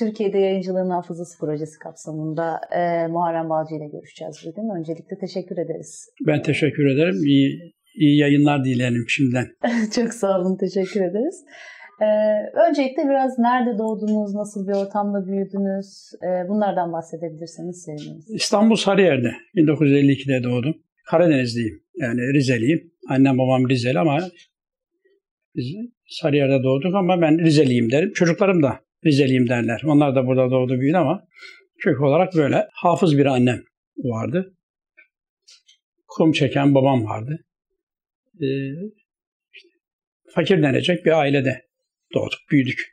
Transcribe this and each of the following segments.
Türkiye'de Yayıncılığın Hafızası projesi kapsamında Muharrem Balcı ile görüşeceğiz bugün. Öncelikle teşekkür ederiz. Ben teşekkür ederim. İyi yayınlar dilerim şimdiden. Çok sağ olun, teşekkür ederiz. Öncelikle biraz nerede doğdunuz, nasıl bir ortamda büyüdünüz, bunlardan bahsedebilirseniz seviniriz. İstanbul Sarıyer'de 1952'de doğdum. Karadenizliyim, yani Rizeliyim. Annem babam Rizeli ama biz Sarıyer'de doğduk ama ben Rizeliyim derim. Çocuklarım da Rizeliyim derler. Onlar da burada doğdu büyüdü ama kök olarak böyle hafız bir annem vardı. Kum çeken babam vardı. Fakir denecek bir ailede doğduk, büyüdük.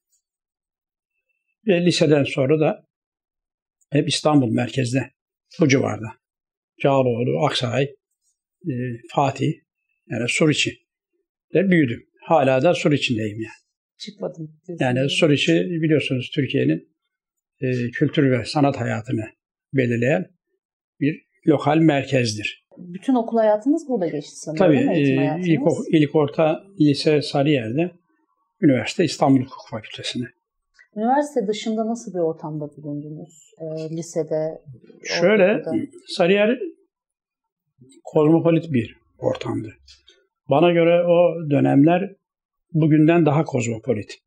Ve liseden sonra da hep İstanbul merkezde, bu civarda. Cağaloğlu, Aksaray, Fatih, yani Suriçi'de büyüdüm. Hala da Suriçi'ndeyim yani. Çıkmadım. Yani Suriçi biliyorsunuz Türkiye'nin kültür ve sanat hayatını belirleyen bir lokal merkezdir. Bütün okul hayatınız burada geçti sanırım. Tabii. İlk orta lise Sarıyer'de, üniversite İstanbul Hukuk Fakültesi'nde. Üniversite dışında nasıl bir ortamda bulundunuz? Lisede? Şöyle, Sarıyer kozmopolit bir ortamdı. Bana göre o dönemler bugünden daha kozmopolit.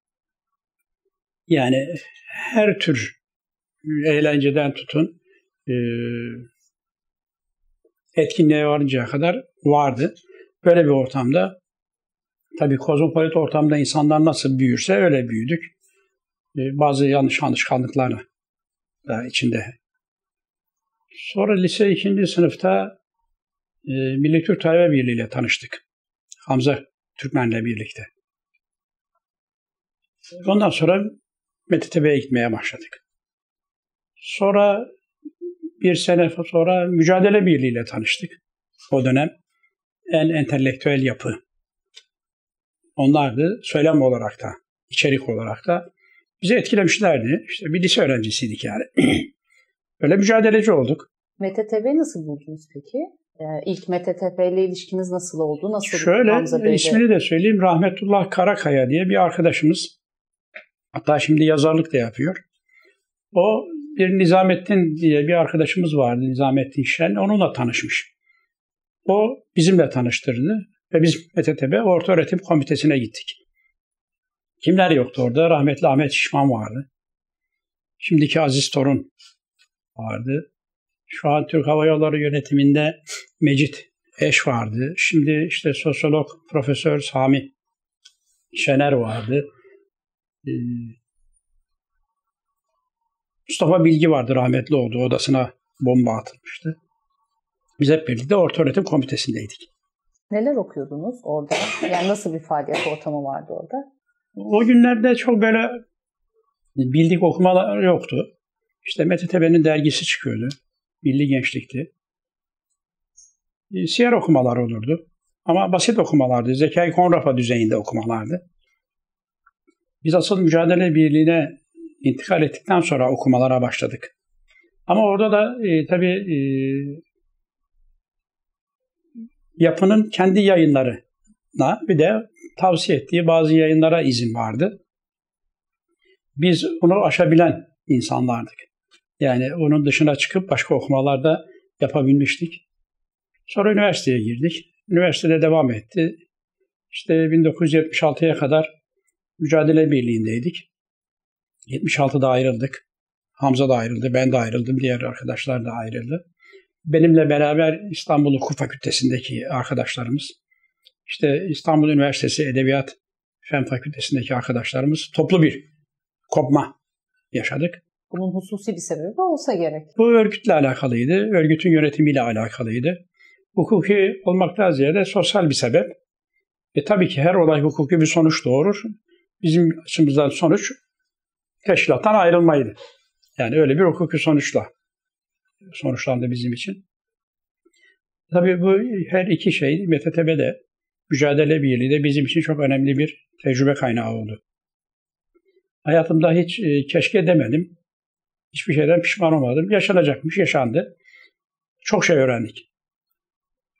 Yani her tür eğlenceden tutun etkinliğe varıncaya kadar vardı. Böyle bir ortamda, tabii kozmopolit ortamda insanlar nasıl büyürse öyle büyüdük. Bazı yanlış alışkanlıklar da içinde. Sonra lise 2. sınıfta Milli Türk Talebe Birliği ile tanıştık. Hamza Türkmen'le birlikte. Ondan sonra Metetepe'ye gitmeye başladık. Sonra bir sene sonra Mücadele Birliği ile tanıştık. O dönem en entelektüel yapı onlardı. Söylem olarak da, içerik olarak da bizi etkilemişlerdi. İşte bir lise öğrencisiydik yani. Böyle mücadeleci olduk. Metetepe'yi nasıl buldunuz peki? İlk Metetepe ile ilişkiniz nasıl oldu? Nasıl Şöyle, ismini de söyleyeyim. Rahmetullah Karakaya diye bir arkadaşımız. Hatta şimdi yazarlık da yapıyor. O bir Nizamettin diye bir arkadaşımız vardı. Nizamettin Şen. Onunla tanışmış. O bizimle tanıştırdı. Ve biz Metetepe Ortaöğretim Komitesi'ne gittik. Kimler yoktu orada? Rahmetli Ahmet Şişman vardı. Şimdiki Aziz Torun vardı. Şu an Türk Hava Yolları yönetiminde Mecit Eş vardı. Şimdi işte sosyolog Profesör Sami Şener vardı. Mustafa Bilgi vardı, rahmetli oldu. Odasına bomba atılmıştı. Biz hep birlikte Ortaöğretim Komitesi'ndeydik. Neler okuyordunuz orada? Yani nasıl bir faaliyet ortamı vardı orada? O günlerde çok böyle bildik okumalar yoktu. İşte Metetepe'nin dergisi çıkıyordu. Milli Gençlik'ti. Siyer okumalar olurdu. Ama basit okumalardı. Zekai Konrafa düzeyinde okumalardı. Biz asıl Mücadele Birliği'ne intikal ettikten sonra okumalara başladık. Ama orada da tabii yapının kendi yayınlarına bir de tavsiye ettiği bazı yayınlara izin vardı. Biz bunu aşabilen insanlardık. Yani onun dışına çıkıp başka okumalarda yapabilmiştik. Sonra üniversiteye girdik. Üniversitede devam etti. İşte 1976'ya kadar Mücadele Birliği'ndeydik. 76'da ayrıldık. Hamza da ayrıldı, ben de ayrıldım, diğer arkadaşlar da ayrıldı. Benimle beraber İstanbul Hukuk Fakültesi'ndeki arkadaşlarımız, işte İstanbul Üniversitesi Edebiyat Fen Fakültesi'ndeki arkadaşlarımız toplu bir kopma yaşadık. Bunun hususi bir sebebi olsa gerek. Bu örgütle alakalıydı, örgütün yönetimiyle alakalıydı. Hukuki olmaktan ziyade sosyal bir sebep. Tabii ki her olay hukuki bir sonuç doğurur. Bizim açımızdan sonuç teşkilattan ayrılmaydı. Yani öyle bir hukuki sonuçla sonuçlandı bizim için. Tabii bu her iki şey Metetepe'de, Mücadele Birliği de bizim için çok önemli bir tecrübe kaynağı oldu. Hayatımda hiç keşke demedim. Hiçbir şeyden pişman olmadım. Yaşanacakmış, yaşandı. Çok şey öğrendik.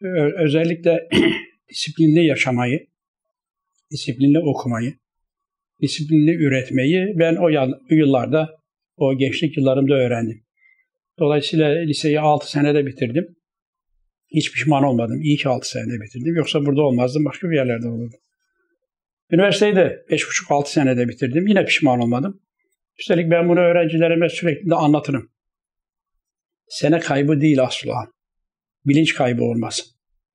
Özellikle disiplinli yaşamayı, disiplinli okumayı, disiplinli üretmeyi ben o yıllarda, o gençlik yıllarımda öğrendim. Dolayısıyla liseyi 6 senede bitirdim. Hiç pişman olmadım. İyi ki 6 senede bitirdim. Yoksa burada olmazdım, başka bir yerlerde olurdum. Üniversiteyi de 5,5-6 senede bitirdim. Yine pişman olmadım. Üstelik ben bunu öğrencilerime sürekli de anlatırım. Sene kaybı değil asıl olan. Bilinç kaybı olmasın.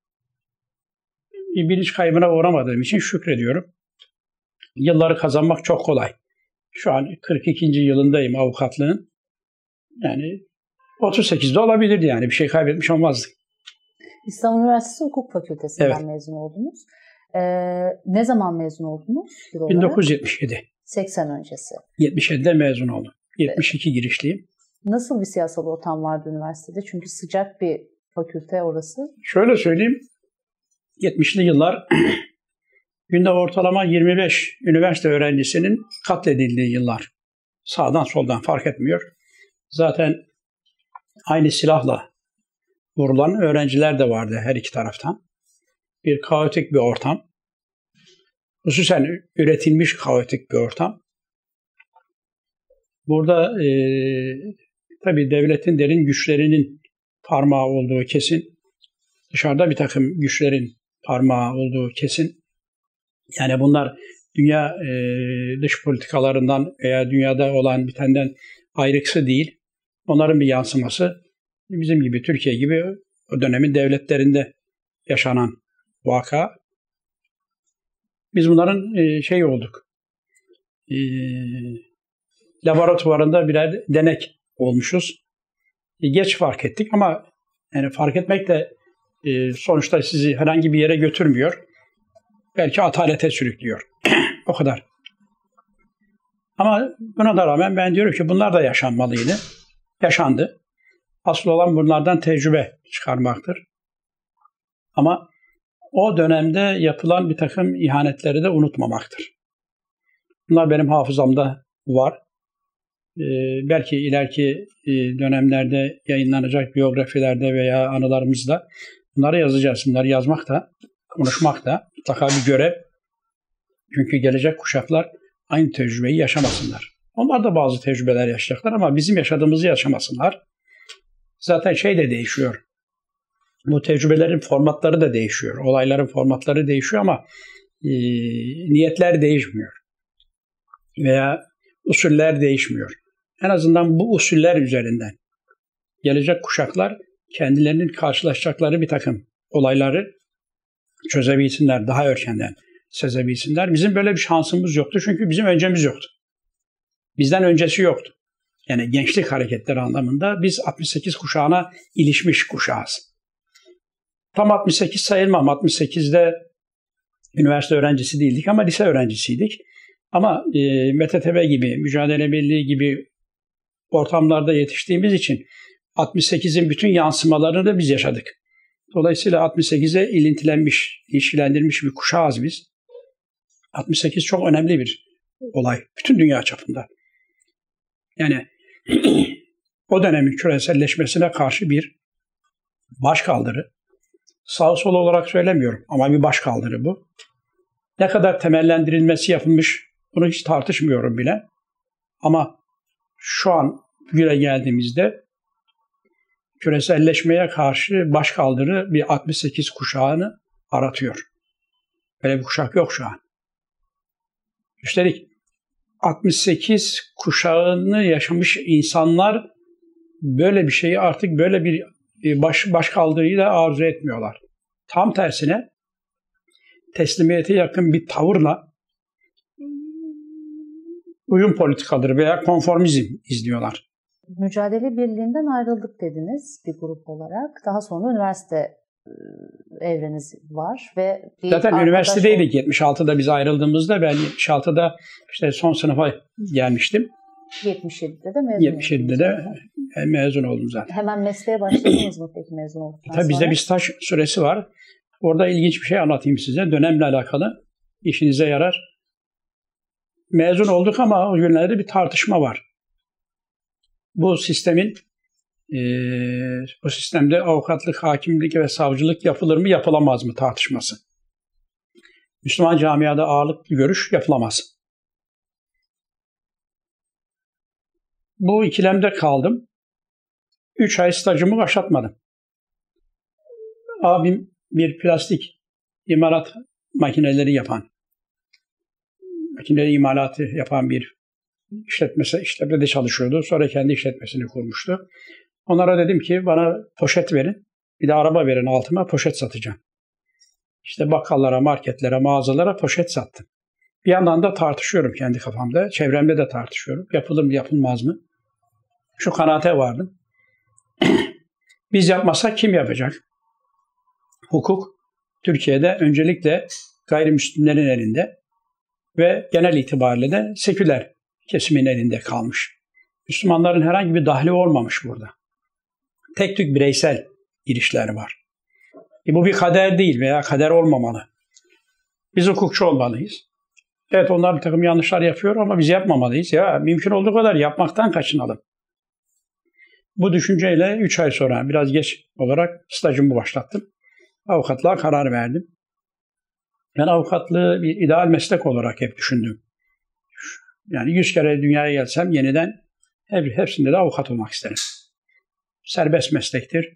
Bir bilinç kaybına uğramadığım için şükrediyorum. Yılları kazanmak çok kolay. Şu an 42. yılındayım avukatlığın. Yani 38'de olabilirdi yani. Bir şey kaybetmiş olmazdık. İstanbul Üniversitesi Hukuk Fakültesinden Evet. mezun oldunuz. Ne zaman mezun oldunuz? 1977. 80 öncesi. 77'de mezun oldum. 72 girişliyim. Nasıl bir siyasal ortam vardı üniversitede? Çünkü sıcak bir fakülte orası. Şöyle söyleyeyim. 70'li yıllar günde ortalama 25 üniversite öğrencisinin katledildiği yıllar. Sağdan soldan fark etmiyor. Zaten aynı silahla vurulan öğrenciler de vardı her iki taraftan. Bir kaotik bir ortam. Hususen üretilmiş kaotik bir ortam. Burada tabii devletin derin güçlerinin parmağı olduğu kesin. Dışarıda bir takım güçlerin parmağı olduğu kesin. Yani bunlar dünya dış politikalarından veya dünyada olan bitenden ayrıksı değil. Onların bir yansıması bizim gibi, Türkiye gibi o dönemin devletlerinde yaşanan vaka. Biz bunların olduk. Laboratuvarında birer denek olmuşuz. Geç fark ettik ama yani fark etmek de sonuçta sizi herhangi bir yere götürmüyor. Belki atalete sürüklüyor. O kadar. Ama buna da rağmen ben diyorum ki bunlar da yaşanmalıydı. Yaşandı. Asıl olan bunlardan tecrübe çıkarmaktır. Ama o dönemde yapılan bir takım ihanetleri de unutmamaktır. Bunlar benim hafızamda var. Belki ileriki dönemlerde yayınlanacak biyografilerde veya anılarımızda bunları yazacağız. Bunları yazmak da, konuşmak da mutlaka bir görev. Çünkü gelecek kuşaklar aynı tecrübeyi yaşamasınlar. Onlar da bazı tecrübeler yaşayacaklar ama bizim yaşadığımızı yaşamasınlar. Zaten de değişiyor. Bu tecrübelerin formatları da değişiyor. Olayların formatları değişiyor ama niyetler değişmiyor. Veya usuller değişmiyor. En azından bu usuller üzerinden gelecek kuşaklar kendilerinin karşılaşacakları bir takım olayları çözebilsinler, daha erkenden sezebilsinler. Bizim böyle bir şansımız yoktu çünkü bizim öncemiz yoktu. Bizden öncesi yoktu. Yani gençlik hareketleri anlamında biz 68 kuşağına ilişmiş kuşağız. Tam 68 sayılmam. 68'de üniversite öğrencisi değildik ama lise öğrencisiydik. Ama MTTB gibi, Mücadele Birliği gibi ortamlarda yetiştiğimiz için 68'in bütün yansımalarını biz yaşadık. Dolayısıyla 68'e ilintilenmiş, ilişkilendirilmiş bir kuşağız biz. 68 çok önemli bir olay. Bütün dünya çapında. Yani o dönemin küreselleşmesine karşı bir başkaldırı. Sağ sol olarak söylemiyorum ama bir başkaldırı bu. Ne kadar temellendirilmesi yapılmış bunu hiç tartışmıyorum bile. Ama şu an bugüne geldiğimizde küreselleşmeye karşı başkaldırı bir 68 kuşağını aratıyor. Böyle bir kuşak yok şu an. Üstelik 68 kuşağını yaşamış insanlar böyle bir şeyi artık böyle bir başkaldırıyı da arzu etmiyorlar. Tam tersine teslimiyete yakın bir tavırla uyum politikaları veya konformizm izliyorlar. Mücadele Birliği'nden ayrıldık dediniz bir grup olarak. Daha sonra üniversite evreniz var ve zaten üniversitedeydik 76'da biz ayrıldığımızda. Ben 76'da işte son sınıfa gelmiştim. 77'de de mezun 77'de de mezun oldum zaten. Hemen mesleğe başladınız mı peki mezun olduktan sonra? Tabii bizde bir staj süresi var. Orada ilginç bir şey anlatayım size. Dönemle alakalı. İşinize yarar. Mezun olduk ama o günlerde bir tartışma var. Bu sistemde avukatlık, hakimlik ve savcılık yapılır mı, yapılamaz mı tartışması. Müslüman camiada ağırlıklı görüş yapılamaz. Bu ikilemde kaldım. 3 ay stajımı başlatmadım. Abim bir plastik imalat makineleri yapan, makineleri imalatı yapan bir işletmede çalışıyordu. Sonra kendi işletmesini kurmuştu. Onlara dedim ki bana poşet verin, bir de araba verin altıma, poşet satacağım. İşte bakkallara, marketlere, mağazalara poşet sattım. Bir yandan da tartışıyorum kendi kafamda, çevremde de tartışıyorum. Yapılır mı, yapılmaz mı? Şu kanaate vardım. Biz yapmasak kim yapacak? Hukuk Türkiye'de öncelikle gayrimüslimlerin elinde ve genel itibariyle de seküler kesimin elinde kalmış. Müslümanların herhangi bir dahli olmamış burada. Tek tük bireysel girişler var. Bu bir kader değil veya kader olmamalı. Biz hukukçu olmalıyız. Evet, onlar bir takım yanlışlar yapıyor ama biz yapmamalıyız. Ya mümkün olduğu kadar yapmaktan kaçınalım. Bu düşünceyle 3 ay sonra biraz geç olarak stajımı başlattım. Avukatlığa karar verdim. Ben avukatlığı bir ideal meslek olarak hep düşündüm. Yani 100 kere dünyaya gelsem yeniden hepsinde de avukat olmak isterim. Serbest meslektir.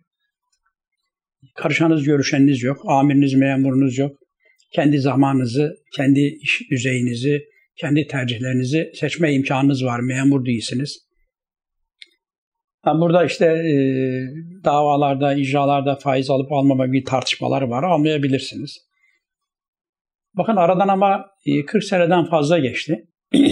Karışanız, görüşeniniz yok. Amiriniz, memurunuz yok. Kendi zamanınızı, kendi iş düzeyinizi, kendi tercihlerinizi seçme imkanınız var. Memur değilsiniz. Burada işte davalarda, icralarda faiz alıp almama gibi tartışmalar var. Almayabilirsiniz. Bakın aradan ama 40 seneden fazla geçti.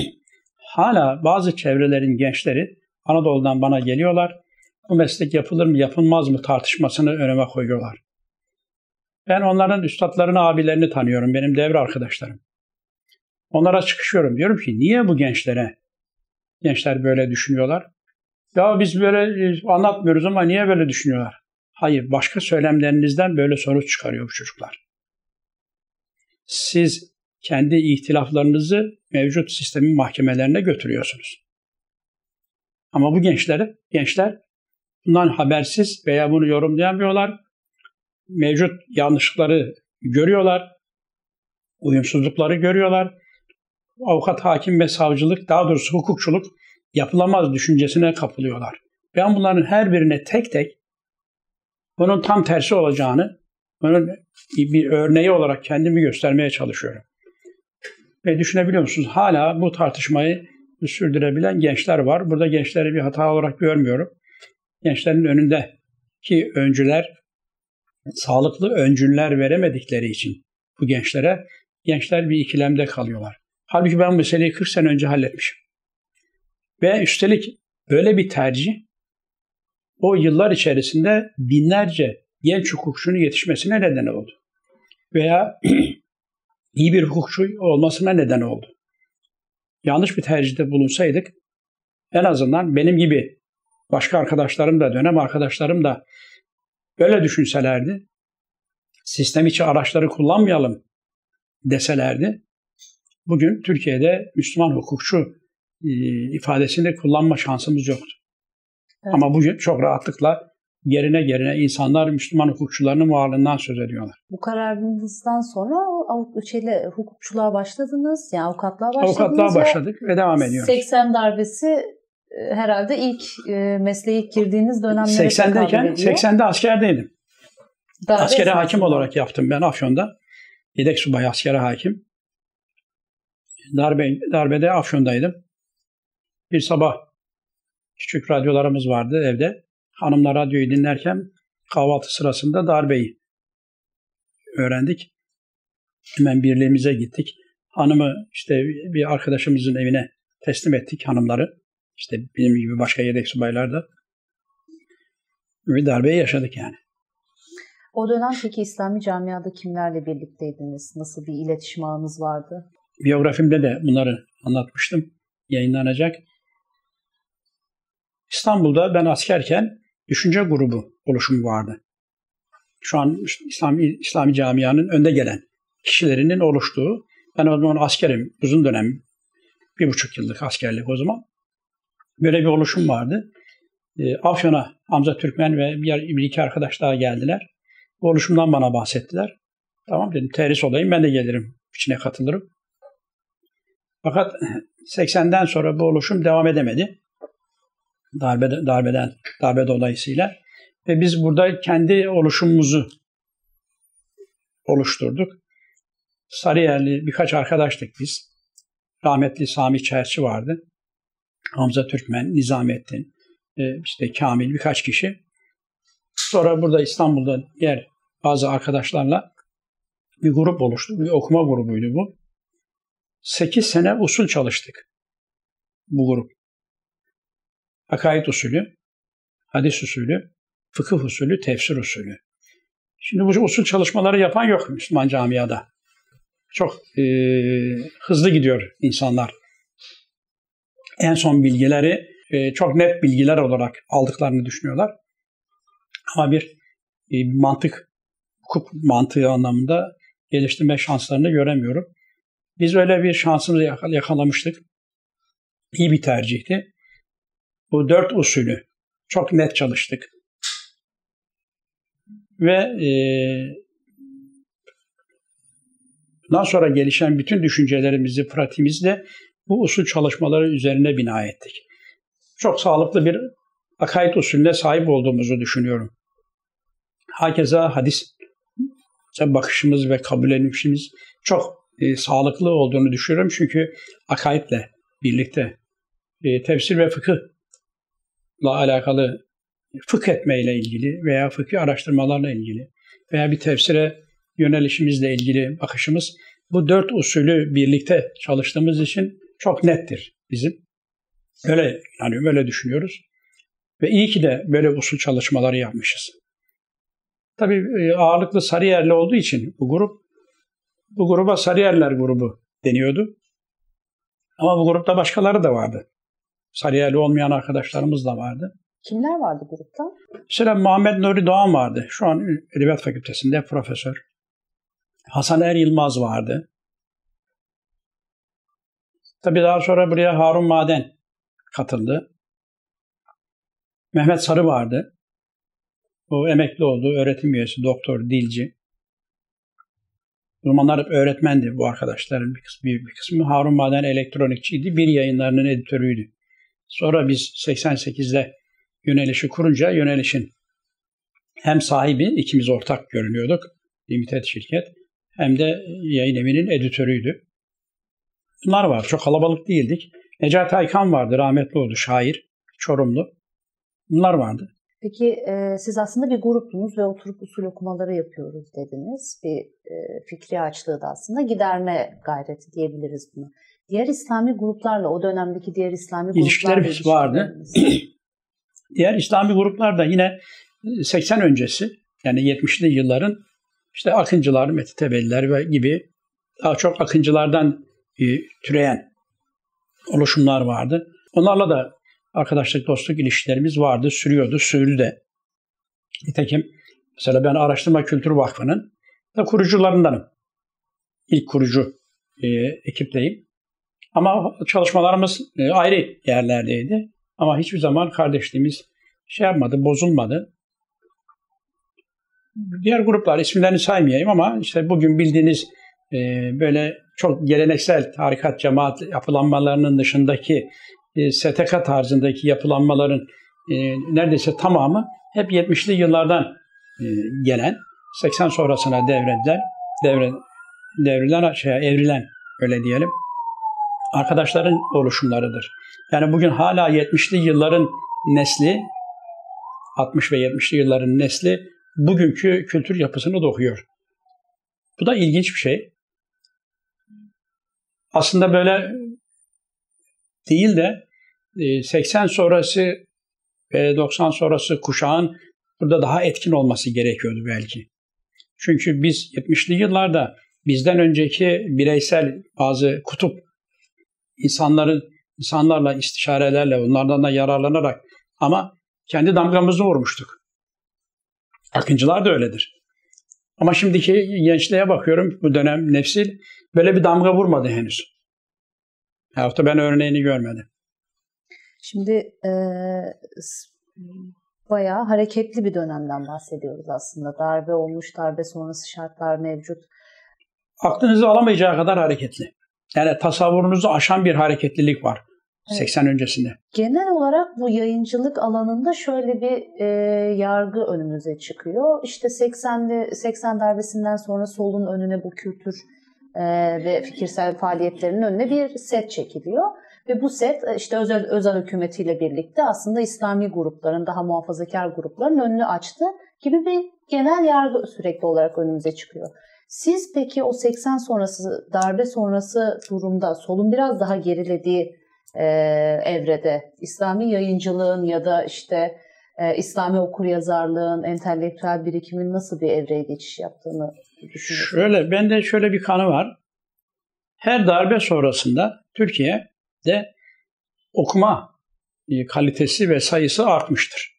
Hala bazı çevrelerin gençleri Anadolu'dan bana geliyorlar. Bu meslek yapılır mı, yapılmaz mı tartışmasını önüme koyuyorlar. Ben onların üstadlarını, abilerini tanıyorum. Benim devre arkadaşlarım. Onlara çıkışıyorum. Diyorum ki niye bu gençler böyle düşünüyorlar? Ya biz böyle anlatmıyoruz ama niye böyle düşünüyorlar? Hayır, başka söylemlerinizden böyle sonuç çıkarıyor bu çocuklar. Siz kendi ihtilaflarınızı mevcut sistemin mahkemelerine götürüyorsunuz. Ama bu gençler bundan habersiz veya bunu yorumlayamıyorlar. Mevcut yanlışlıkları görüyorlar, uyumsuzlukları görüyorlar. Avukat, hakim ve savcılık, daha doğrusu hukukçuluk yapılamaz düşüncesine kapılıyorlar. Ben bunların her birine tek tek bunun tam tersi olacağını, bunun bir örneği olarak kendimi göstermeye çalışıyorum. Ve düşünebiliyor musunuz? Hala bu tartışmayı sürdürebilen gençler var. Burada gençleri bir hata olarak görmüyorum. Gençlerin önündeki öncüler sağlıklı öncüller veremedikleri için bu gençler bir ikilemde kalıyorlar. Halbuki ben bu meseleyi 40 sene önce halletmişim. Ve üstelik böyle bir tercih o yıllar içerisinde binlerce genç hukukçunun yetişmesine neden oldu. Veya iyi bir hukukçu olmasına neden oldu. Yanlış bir tercihte bulunsaydık en azından benim gibi başka arkadaşlarım da, dönem arkadaşlarım da böyle düşünselerdi, sistem içi araçları kullanmayalım deselerdi, bugün Türkiye'de Müslüman hukukçu ifadesini kullanma şansımız yoktu. Evet. Ama bugün çok rahatlıkla gerine insanlar Müslüman hukukçularının varlığından söz ediyorlar. Bu kararınızdan sonra hukukçuluğa başladınız, yani avukatlığa başladınız. Avukatlığa başladık ve devam ediyoruz. 80 darbesi herhalde ilk mesleğe girdiğiniz dönemlere 80'de askerdeydim. Askeri hakim olarak yaptım ben Afyon'da. Yedek subay askeri hakim. Darbede Afyon'daydım. Bir sabah küçük radyolarımız vardı evde. Hanımla radyoyu dinlerken kahvaltı sırasında darbeyi öğrendik. Hemen birliğimize gittik. Hanımı işte bir arkadaşımızın evine teslim ettik, hanımları. İşte benim gibi başka yedek subaylar da. Bir darbeyi yaşadık yani. O dönem peki İslami camiada kimlerle birlikteydiniz? Nasıl bir iletişim ağınız vardı? Biyografimde de bunları anlatmıştım. Yayınlanacak. İstanbul'da ben askerken düşünce grubu oluşumu vardı. Şu an İslami camianın önde gelen kişilerinin oluştuğu. Ben o zaman askerim. Uzun dönem 1,5 yıllık askerlik o zaman. Böyle bir oluşum vardı. Afyon'a Hamza Türkmen ve bir iki arkadaş daha geldiler. Bu oluşumdan bana bahsettiler. Tamam dedim, terhis olayım, ben de gelirim, içine katılırım. Fakat 80'den sonra bu oluşum devam edemedi. Darbe dolayısıyla. Ve biz burada kendi oluşumumuzu oluşturduk. Sarıyerli birkaç arkadaştık biz. Rahmetli Sami Çerçi vardı. Hamza Türkmen, Nizamettin, işte Kamil birkaç kişi. Sonra burada İstanbul'da diğer bazı arkadaşlarla bir grup oluştu. Bir okuma grubuydu bu. 8 sene usul çalıştık bu grup. Akaid usulü, hadis usulü, fıkıh usulü, tefsir usulü. Şimdi bu usul çalışmaları yapan yok Müslüman camiada. Çok hızlı gidiyor insanlar. En son bilgileri çok net bilgiler olarak aldıklarını düşünüyorlar. Ama bir mantık, hukuk mantığı anlamında geliştirme şanslarını göremiyorum. Biz öyle bir şansımızı yakalamıştık. İyi bir tercihti. Bu 4 usulü çok net çalıştık. Ve bundan sonra gelişen bütün düşüncelerimizi, pratiğimizi de bu usul çalışmaları üzerine bina ettik. Çok sağlıklı bir akaid usulüne sahip olduğumuzu düşünüyorum. Hakeza hadis bakışımız ve kabullenişimiz çok sağlıklı olduğunu düşünüyorum. Çünkü akaidle birlikte tefsir ve fıkıhla alakalı fıkh etmeyle ilgili veya fıkıh araştırmalarla ilgili veya bir tefsire yönelişimizle ilgili bakışımız bu 4 usulü birlikte çalıştığımız için çok nettir bizim. Öyle düşünüyoruz. Ve iyi ki de böyle usul çalışmaları yapmışız. Tabii ağırlıklı Sarıyerli olduğu için bu gruba Sarıyerler grubu deniyordu. Ama bu grupta başkaları da vardı. Sarıyerli olmayan arkadaşlarımız da vardı. Kimler vardı grupta? Mesela Muhammed Nuri Doğan vardı. Şu an Edebiyat Fakültesi'nde profesör. Hasan Er Yılmaz vardı. Tabii daha sonra buraya Harun Maden katıldı. Mehmet Sarı vardı. O emekli oldu. Öğretim üyesi, doktor, dilci. O zamanlar öğretmendi bu arkadaşların büyük bir kısmı. Harun Maden elektronikçiydi. Bir Yayınları'nın editörüydü. Sonra biz 88'de Yöneliş'i kurunca Yöneliş'in hem sahibi, ikimiz ortak görünüyorduk. Limited şirket. Hem de yayın evinin editörüydü. Bunlar var. Çok kalabalık değildik. Necati Aykan vardı. Rahmetli oldu. Şair. Çorumlu. Bunlar vardı. Peki siz aslında bir gruptunuz ve oturup usul okumaları yapıyoruz dediniz. Bir fikri açlığı da aslında giderme gayreti diyebiliriz buna. Diğer İslami gruplarla, o dönemdeki diğer İslami gruplarla ilişkilerimiz vardı. Diğer İslami gruplar da yine 80 öncesi, yani 70'li yılların işte Akıncılar, Metitebeliler ve gibi daha çok Akıncılardan türeyen oluşumlar vardı. Onlarla da arkadaşlık, dostluk ilişkilerimiz vardı, sürüyordu, sürdü de. Nitekim mesela ben Araştırma Kültür Vakfı'nın da kurucularındanım. İlk kurucu ekipteyim. Ama çalışmalarımız ayrı yerlerdeydi. Ama hiçbir zaman kardeşliğimiz bozulmadı. Diğer gruplar, isimlerini saymayayım ama işte bugün bildiğiniz böyle çok geleneksel tarikat, cemaat yapılanmalarının dışındaki STK tarzındaki yapılanmaların neredeyse tamamı hep 70'li yıllardan gelen, 80 sonrasına evrilen öyle diyelim, arkadaşların oluşumlarıdır. Yani bugün hala 70'li yılların nesli, 60 ve 70'li yılların nesli bugünkü kültür yapısını dokuyor. Bu da ilginç bir şey. Aslında böyle değil de 80 sonrası ve 90 sonrası kuşağın burada daha etkin olması gerekiyordu belki. Çünkü biz 70'li yıllarda bizden önceki bireysel bazı kutup insanlarla istişarelerle, onlardan da yararlanarak ama kendi damgamızı vurmuştuk. Akıncılar da öyledir. Ama şimdiki gençliğe bakıyorum, bu dönem nesil böyle bir damga vurmadı henüz. Yahut da ben örneğini görmedim. Şimdi bayağı hareketli bir dönemden bahsediyoruz aslında. Darbe olmuş, darbe sonrası şartlar mevcut. Aklınızı alamayacağı kadar hareketli. Yani tasavvurunuzu aşan bir hareketlilik var. 80 öncesinde. Genel olarak bu yayıncılık alanında şöyle bir yargı önümüze çıkıyor. İşte 80 darbesinden sonra solun önüne bu kültür ve fikirsel faaliyetlerinin önüne bir set çekiliyor. Ve bu set işte özel hükümetiyle birlikte aslında İslami grupların, daha muhafazakar grupların önünü açtı gibi bir genel yargı sürekli olarak önümüze çıkıyor. Siz peki o 80 sonrası, darbe sonrası durumda solun biraz daha gerilediği evrede İslami yayıncılığın ya da işte İslami okuryazarlığın, entelektüel birikimin nasıl bir evreye geçiş yaptığını düşünüyorsunuz? Bende şöyle bir kanı var. Her darbe sonrasında Türkiye'de okuma kalitesi ve sayısı artmıştır.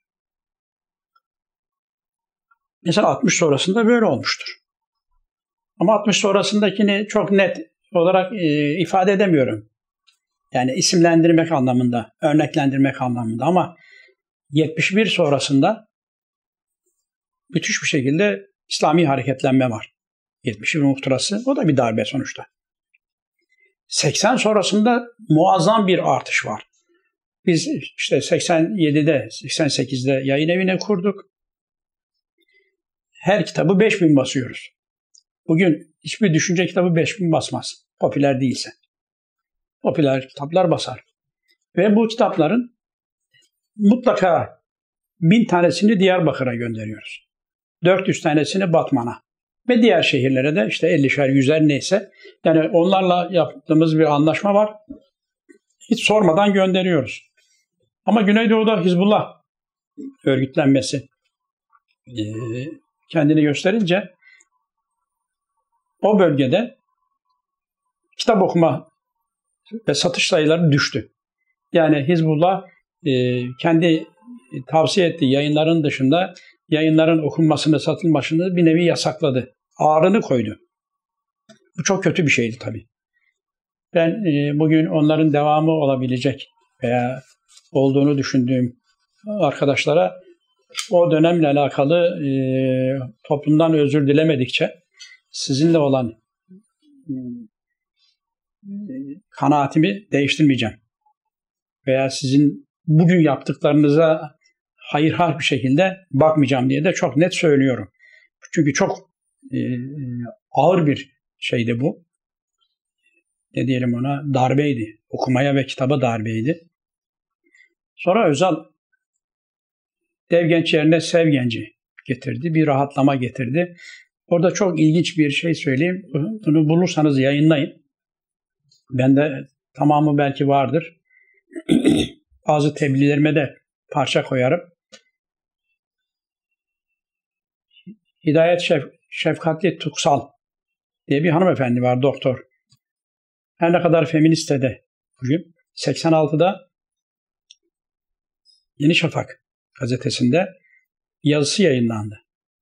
Mesela 60 sonrasında böyle olmuştur. Ama 60 sonrasındakini çok net olarak ifade edemiyorum. Yani isimlendirmek anlamında, örneklendirmek anlamında, ama 71 sonrasında müthiş bir şekilde İslami hareketlenme var. 71 muhtırası, o da bir darbe sonuçta. 80 sonrasında muazzam bir artış var. Biz işte 87'de, 88'de yayın evine kurduk. Her kitabı 5000 basıyoruz. Bugün hiçbir düşünce kitabı 5000 basmaz. Popüler değilse. Popüler kitaplar basar. Ve bu kitapların mutlaka 1000 tanesini Diyarbakır'a gönderiyoruz. 400 tanesini Batman'a. Ve diğer şehirlere de işte 50'şer, 100'er neyse. Yani onlarla yaptığımız bir anlaşma var. Hiç sormadan gönderiyoruz. Ama Güneydoğu'da Hizbullah örgütlenmesi kendini gösterince o bölgede kitap okuma ve satış sayıları düştü. Yani Hizbullah kendi tavsiye ettiği yayınların dışında yayınların okunmasını, satılmasını bir nevi yasakladı. Ağırını koydu. Bu çok kötü bir şeydi tabii. Ben bugün onların devamı olabilecek veya olduğunu düşündüğüm arkadaşlara o dönemle alakalı toplumdan özür dilemedikçe sizinle olan kanaatimi değiştirmeyeceğim. Veya sizin bugün yaptıklarınıza hayırhal bir şekilde bakmayacağım diye de çok net söylüyorum. Çünkü çok ağır bir şeydi bu. Ne diyelim ona? Darbeydi. Okumaya ve kitaba darbeydi. Sonra Özal dev genç yerine sev genci getirdi. Bir rahatlama getirdi. Orada çok ilginç bir şey söyleyeyim. Bunu bulursanız yayınlayın. Bende tamamı belki vardır. Bazı tebliğlerime de parça koyarım. Hidayet Şefkatli Tuksal diye bir hanımefendi var, doktor. Her ne kadar feminist de bugün 86'da Yeni Şafak gazetesinde yazısı yayınlandı.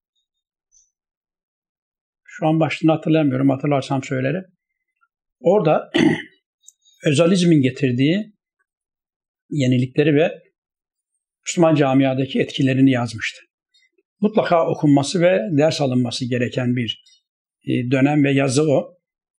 Şu an başlığını hatırlamıyorum. Hatırlarsam söylerim. Orada Özalizmin getirdiği yenilikleri ve Müslüman camiadaki etkilerini yazmıştı. Mutlaka okunması ve ders alınması gereken bir dönem ve yazı o.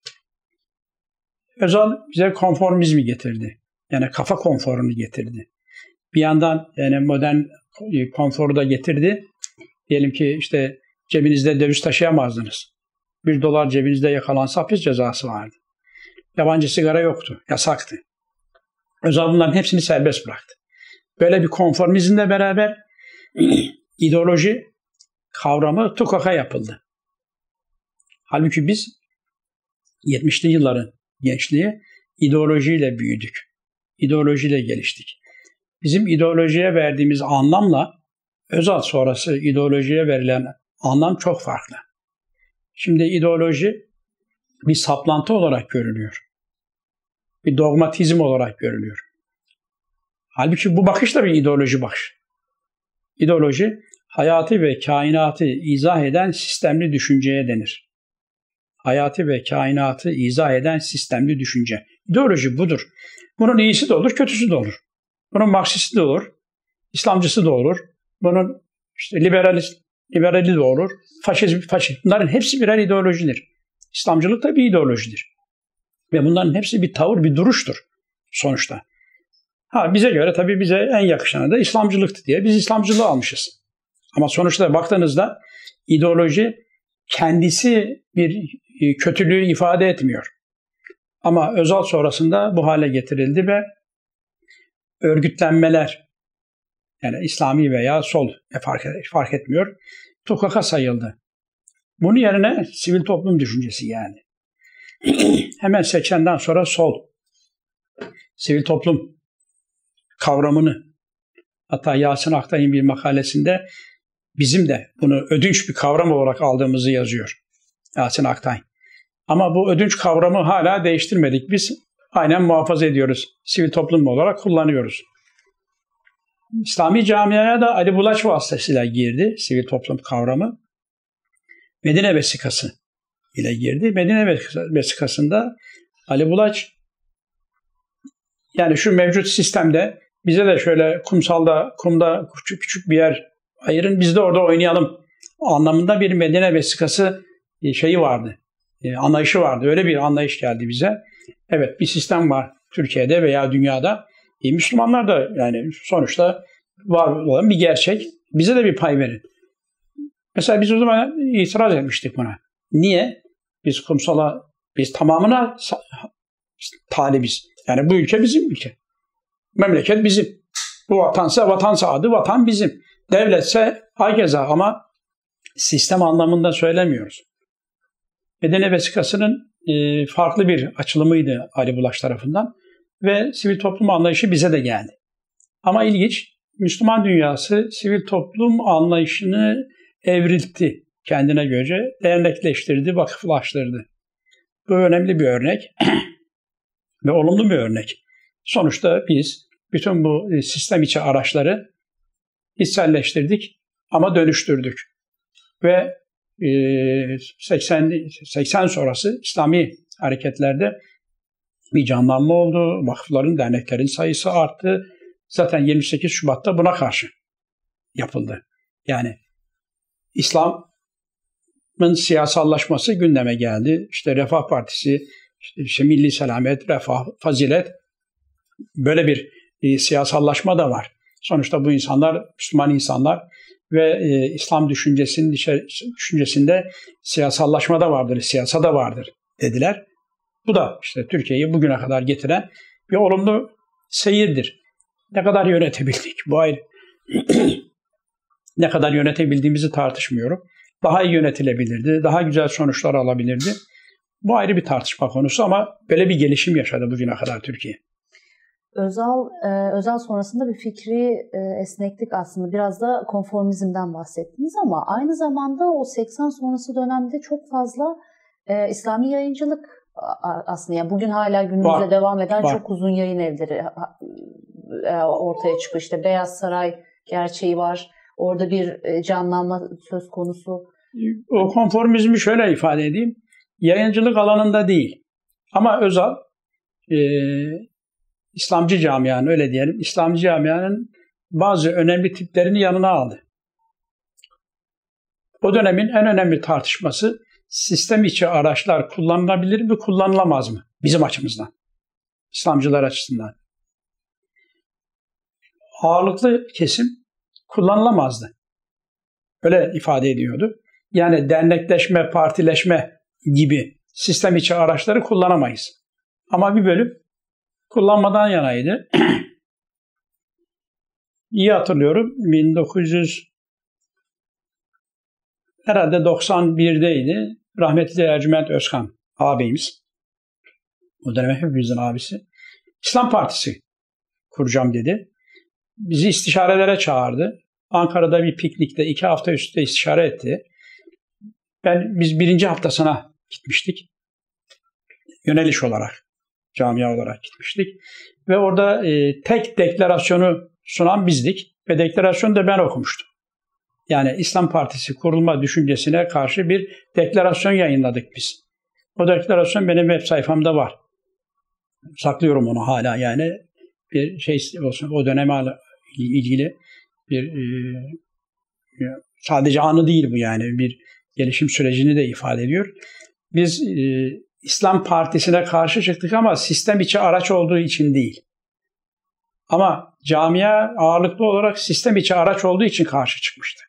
Özal bize konformizmi getirdi. Yani kafa konforunu getirdi. Bir yandan yani modern konforu da getirdi. Diyelim ki işte cebinizde döviz taşıyamazdınız. $1 cebinizde yakalansa hapis cezası vardı. Yabancı sigara yoktu, yasaktı. Özal bunların hepsini serbest bıraktı. Böyle bir konformizmle beraber ideoloji kavramı tukaka yapıldı. Halbuki biz 70'li yılların gençliği ideolojiyle büyüdük. İdeolojiyle geliştik. Bizim ideolojiye verdiğimiz anlamla Özal sonrası ideolojiye verilen anlam çok farklı. Şimdi ideoloji bir saplantı olarak görülüyor. Bir dogmatizm olarak görülüyor. Halbuki bu bakış da bir ideoloji bakış. İdeoloji, hayatı ve kainatı izah eden sistemli düşünceye denir. Hayatı ve kainatı izah eden sistemli düşünce. İdeoloji budur. Bunun iyisi de olur, kötüsü de olur. Bunun Marksisti de olur, İslamcısı da olur. Bunun işte liberali de olur, faşizm. Bunların hepsi birer ideolojidir. İslamcılık da bir ideolojidir. Ve bunların hepsi bir tavır, bir duruştur sonuçta. Bize göre tabii bize en yakışanı da İslamcılıktı diye biz İslamcılığı almışız. Ama sonuçta baktığınızda ideoloji kendisi bir kötülüğü ifade etmiyor. Ama Özal sonrasında bu hale getirildi ve örgütlenmeler, yani İslami veya sol fark etmiyor, tukaka sayıldı. Bunun yerine sivil toplum düşüncesi yani. Hemen 80'den sonra sol, sivil toplum kavramını, hatta Yasin Aktay'ın bir makalesinde bizim de bunu ödünç bir kavram olarak aldığımızı yazıyor Yasin Aktay. Ama bu ödünç kavramı hala değiştirmedik. Biz aynen muhafaza ediyoruz. Sivil toplum olarak kullanıyoruz. İslami camiaya da Ali Bulaç vasıtasıyla girdi sivil toplum kavramı. Medine Vesikası ile girdi. Medine Vesikası'nda Ali Bulaç, yani şu mevcut sistemde bize de şöyle kumda küçük bir yer ayırın, biz de orada oynayalım anlamında bir Medine Vesikası şeyi vardı. Anlayışı vardı. Öyle bir anlayış geldi bize. Evet, bir sistem var Türkiye'de veya dünyada. Müslümanlar da yani sonuçta var olan bir gerçek. Bize de bir pay verin. Mesela biz o zaman itiraz etmiştik buna. Niye? Biz tamamına talibiz. Yani bu ülke bizim ülke. Memleket bizim. Bu vatansa adı vatan bizim. Devletse hakeza, ama sistem anlamında söylemiyoruz. Medine Vesikası'nın farklı bir açılımıydı Ali Bulaç tarafından ve sivil toplum anlayışı bize de geldi. Ama ilginç, Müslüman dünyası sivil toplum anlayışını evriltti kendine göre, dernekleştirdi, vakıflaştırdı. Bu önemli bir örnek ve olumlu bir örnek. Sonuçta biz bütün bu sistem içi araçları içselleştirdik ama dönüştürdük. Ve 80 sonrası İslami hareketlerde bir canlanma oldu. Vakıfların, derneklerin sayısı arttı. Zaten 28 Şubat'ta buna karşı yapıldı. Yani İslam'ın siyasallaşması gündeme geldi. İşte Refah Partisi, işte Milli Selamet, Refah, Fazilet, böyle bir siyasallaşma da var. Sonuçta bu insanlar Müslüman insanlar ve İslam düşüncesinde siyasallaşma da vardır, siyasa da vardır dediler. Bu da işte Türkiye'yi bugüne kadar getiren bir olumlu seyirdir. Ne kadar yönetebildik bu ayrı. Ne kadar yönetebildiğimizi tartışmıyorum. Daha iyi yönetilebilirdi, daha güzel sonuçlar alabilirdi. Bu ayrı bir tartışma konusu ama böyle bir gelişim yaşadı bugüne kadar Türkiye. Özal sonrasında bir fikri esneklik, aslında biraz da konformizmden bahsettiniz ama aynı zamanda o 80 sonrası dönemde çok fazla İslami yayıncılık aslında, yani bugün hala günümüzde devam eden çok uzun yayın evleri ortaya çıkıyor. İşte Beyaz Saray gerçeği var. Orada bir canlanma söz konusu. O konformizmi şöyle ifade edeyim. Yayıncılık alanında değil. Ama Özal İslamcı camianın, öyle diyelim, İslamcı camianın bazı önemli tiplerini yanına aldı. O dönemin en önemli tartışması sistem içi araçlar kullanılabilir mi, kullanılamaz mı? Bizim açımızdan. İslamcılar açısından. Ağırlıklı kesim kullanılamazdı. Öyle ifade ediyordu. Yani dernekleşme, partileşme gibi sistem içi araçları kullanamayız. Ama bir bölüm kullanmadan yanaydı. İyi hatırlıyorum. 1991'deydi. Rahmetli Ercüment Özkan ağabeyimiz. O dönem hepimizin abisi. İslam Partisi kuracağım dedi. Bizi istişarelere çağırdı. Ankara'da bir piknikte 2 hafta üstte istişare etti. Biz 1. haftasına gitmiştik. Yöneliş olarak, camia olarak gitmiştik. Ve orada tek deklarasyonu sunan bizdik. Ve deklarasyonu da ben okumuştum. Yani İslam Partisi kurulma düşüncesine karşı bir deklarasyon yayınladık biz. O deklarasyon benim web sayfamda var. Saklıyorum onu hala, yani bir şey olsun, o döneme ilgili bir sadece anı değil bu, yani bir gelişim sürecini de ifade ediyor. Biz İslam Partisi'ne karşı çıktık ama sistem içi araç olduğu için değil. Ama camia ağırlıklı olarak sistem içi araç olduğu için karşı çıkmıştı.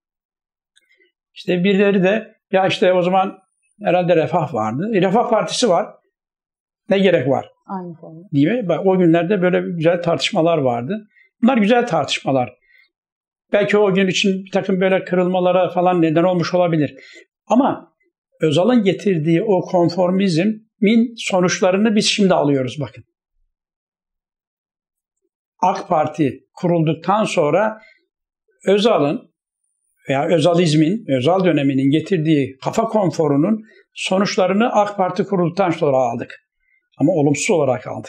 İşte birileri de ya işte o zaman herhalde Refah vardı. Refah Partisi var. Ne gerek var? Aynı konu. Diye. O günlerde böyle güzel tartışmalar vardı. Bunlar güzel tartışmalar. Belki o gün için bir takım böyle kırılmalara falan neden olmuş olabilir. Ama Özal'ın getirdiği o konformizmin sonuçlarını biz şimdi alıyoruz bakın. AK Parti kurulduktan sonra Özal'ın veya Özalizmin, Özal döneminin getirdiği kafa konforunun sonuçlarını AK Parti kurulduktan sonra aldık. Ama olumsuz olarak aldık.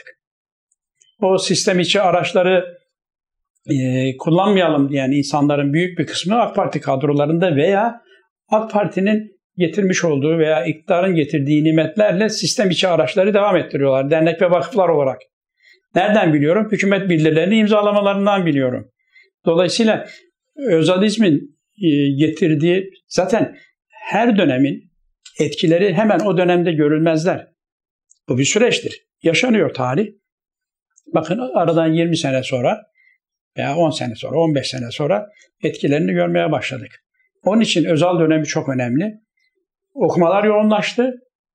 O sistem içi araçları kullanmayalım diyen insanların büyük bir kısmı AK Parti kadrolarında veya AK Parti'nin getirmiş olduğu veya iktidarın getirdiği nimetlerle sistem içi araçları devam ettiriyorlar. Dernek ve vakıflar olarak. Nereden biliyorum? Hükümet bildirilerini imzalamalarından biliyorum. Dolayısıyla Özalizmin getirdiği zaten her dönemin etkileri hemen o dönemde görülmezler. Bu bir süreçtir. Yaşanıyor tarih. Bakın aradan 20 sene sonra veya 10 sene sonra, 15 sene sonra etkilerini görmeye başladık. Onun için Özal dönemi çok önemli. Okumalar yoğunlaştı,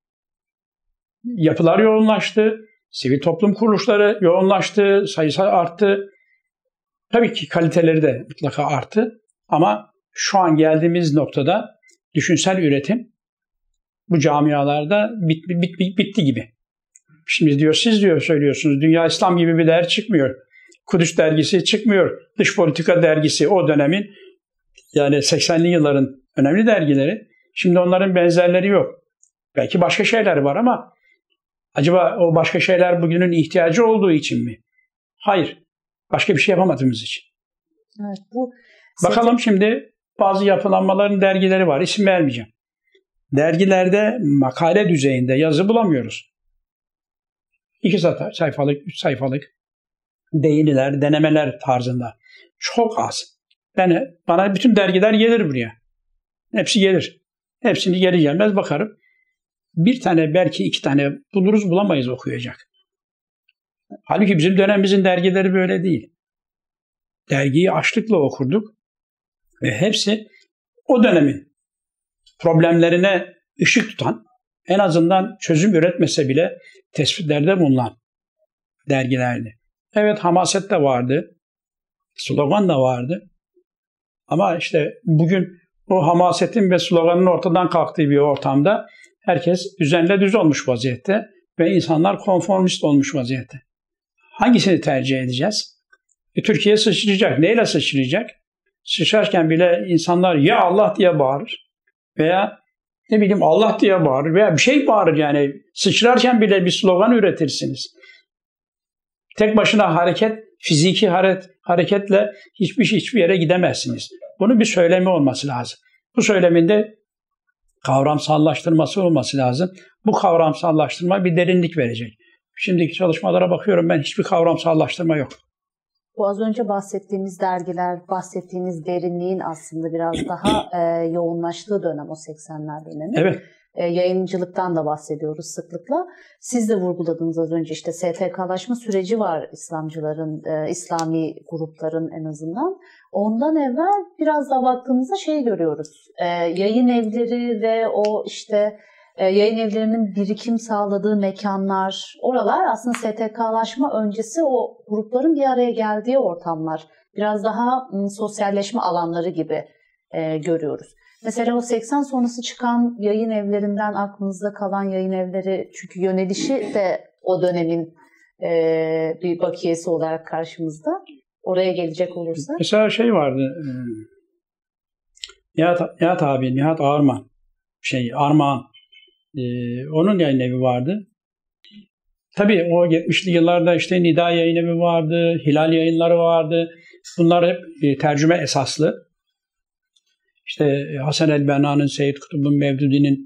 yapılar yoğunlaştı, sivil toplum kuruluşları yoğunlaştı, sayısı arttı. Tabii ki kaliteleri de mutlaka arttı. Ama şu an geldiğimiz noktada düşünsel üretim bu camialarda bitti gibi. Şimdi diyor siz diyor söylüyorsunuz Dünya İslam gibi bir değer çıkmıyor. Kudüs dergisi çıkmıyor. Dış politika dergisi o dönemin yani 80'li yılların önemli dergileri. Şimdi onların benzerleri yok. Belki başka şeyler var ama acaba o başka şeyler bugünün ihtiyacı olduğu için mi? Hayır. Başka bir şey yapamadığımız için. Evet, bu bakalım şimdi bazı yapılanmaların dergileri var. İsim vermeyeceğim. Dergilerde makale düzeyinde yazı bulamıyoruz. 2 sayfalık, 3 sayfalık değiniler, denemeler tarzında. Çok az. Bana bütün dergiler gelir buraya. Hepsi gelir. Hepsini geri gelmez bakarım. Bir tane belki 2 tane buluruz bulamayız okuyacak. Halbuki bizim dönemimizin dergileri böyle değil. Dergiyi açlıkla okurduk ve hepsi o dönemin problemlerine ışık tutan, en azından çözüm üretmese bile tespitlerde bulunan dergilerdi. Evet hamaset de vardı, slogan da vardı. Ama işte bugün o hamasetin ve sloganın ortadan kalktığı bir ortamda herkes düzenle düz olmuş vaziyette ve insanlar konformist olmuş vaziyette. Hangisini tercih edeceğiz? Türkiye sıçrayacak. Neyle sıçrayacak? Sıçrarken bile insanlar ya Allah diye bağırır veya ne bileyim Allah diye bağırır veya bir şey bağırır yani. Sıçrarken bile bir slogan üretirsiniz. Tek başına fiziki hareketle hiçbir yere gidemezsiniz. Bunun bir söylemi olması lazım. Bu söylemin de kavramsallaştırması olması lazım. Bu kavramsallaştırma bir derinlik verecek. Şimdiki çalışmalara bakıyorum ben hiçbir kavramsallaştırma yok. Bu az önce bahsettiğimiz dergiler, bahsettiğiniz derinliğin aslında biraz daha yoğunlaştığı dönem o 80'ler dönemi. Evet. Yayıncılıktan da bahsediyoruz sıklıkla. Siz de vurguladınız az önce işte STK'laşma süreci var İslamcıların, İslami grupların en azından. Ondan evvel biraz daha baktığımızda şey görüyoruz. Yayın evleri ve o işte yayın evlerinin birikim sağladığı mekanlar, oralar aslında STK'laşma öncesi o grupların bir araya geldiği ortamlar. Biraz daha sosyalleşme alanları gibi görüyoruz. Mesela o 80 sonrası çıkan yayın evlerinden aklınızda kalan yayın evleri, çünkü yönelişi de o dönemin bir bakiyesi olarak karşımızda. Oraya gelecek olursa. Mesela şey vardı, Nihat Armağan, Armağan, onun yayın evi vardı. Tabii o 70'li yıllarda işte Nida yayın evi vardı, Hilal yayınları vardı. Bunlar hep tercüme esaslı. İşte Hasan el-Benna'nın, Seyyid Kutub'un, Mevdudi'nin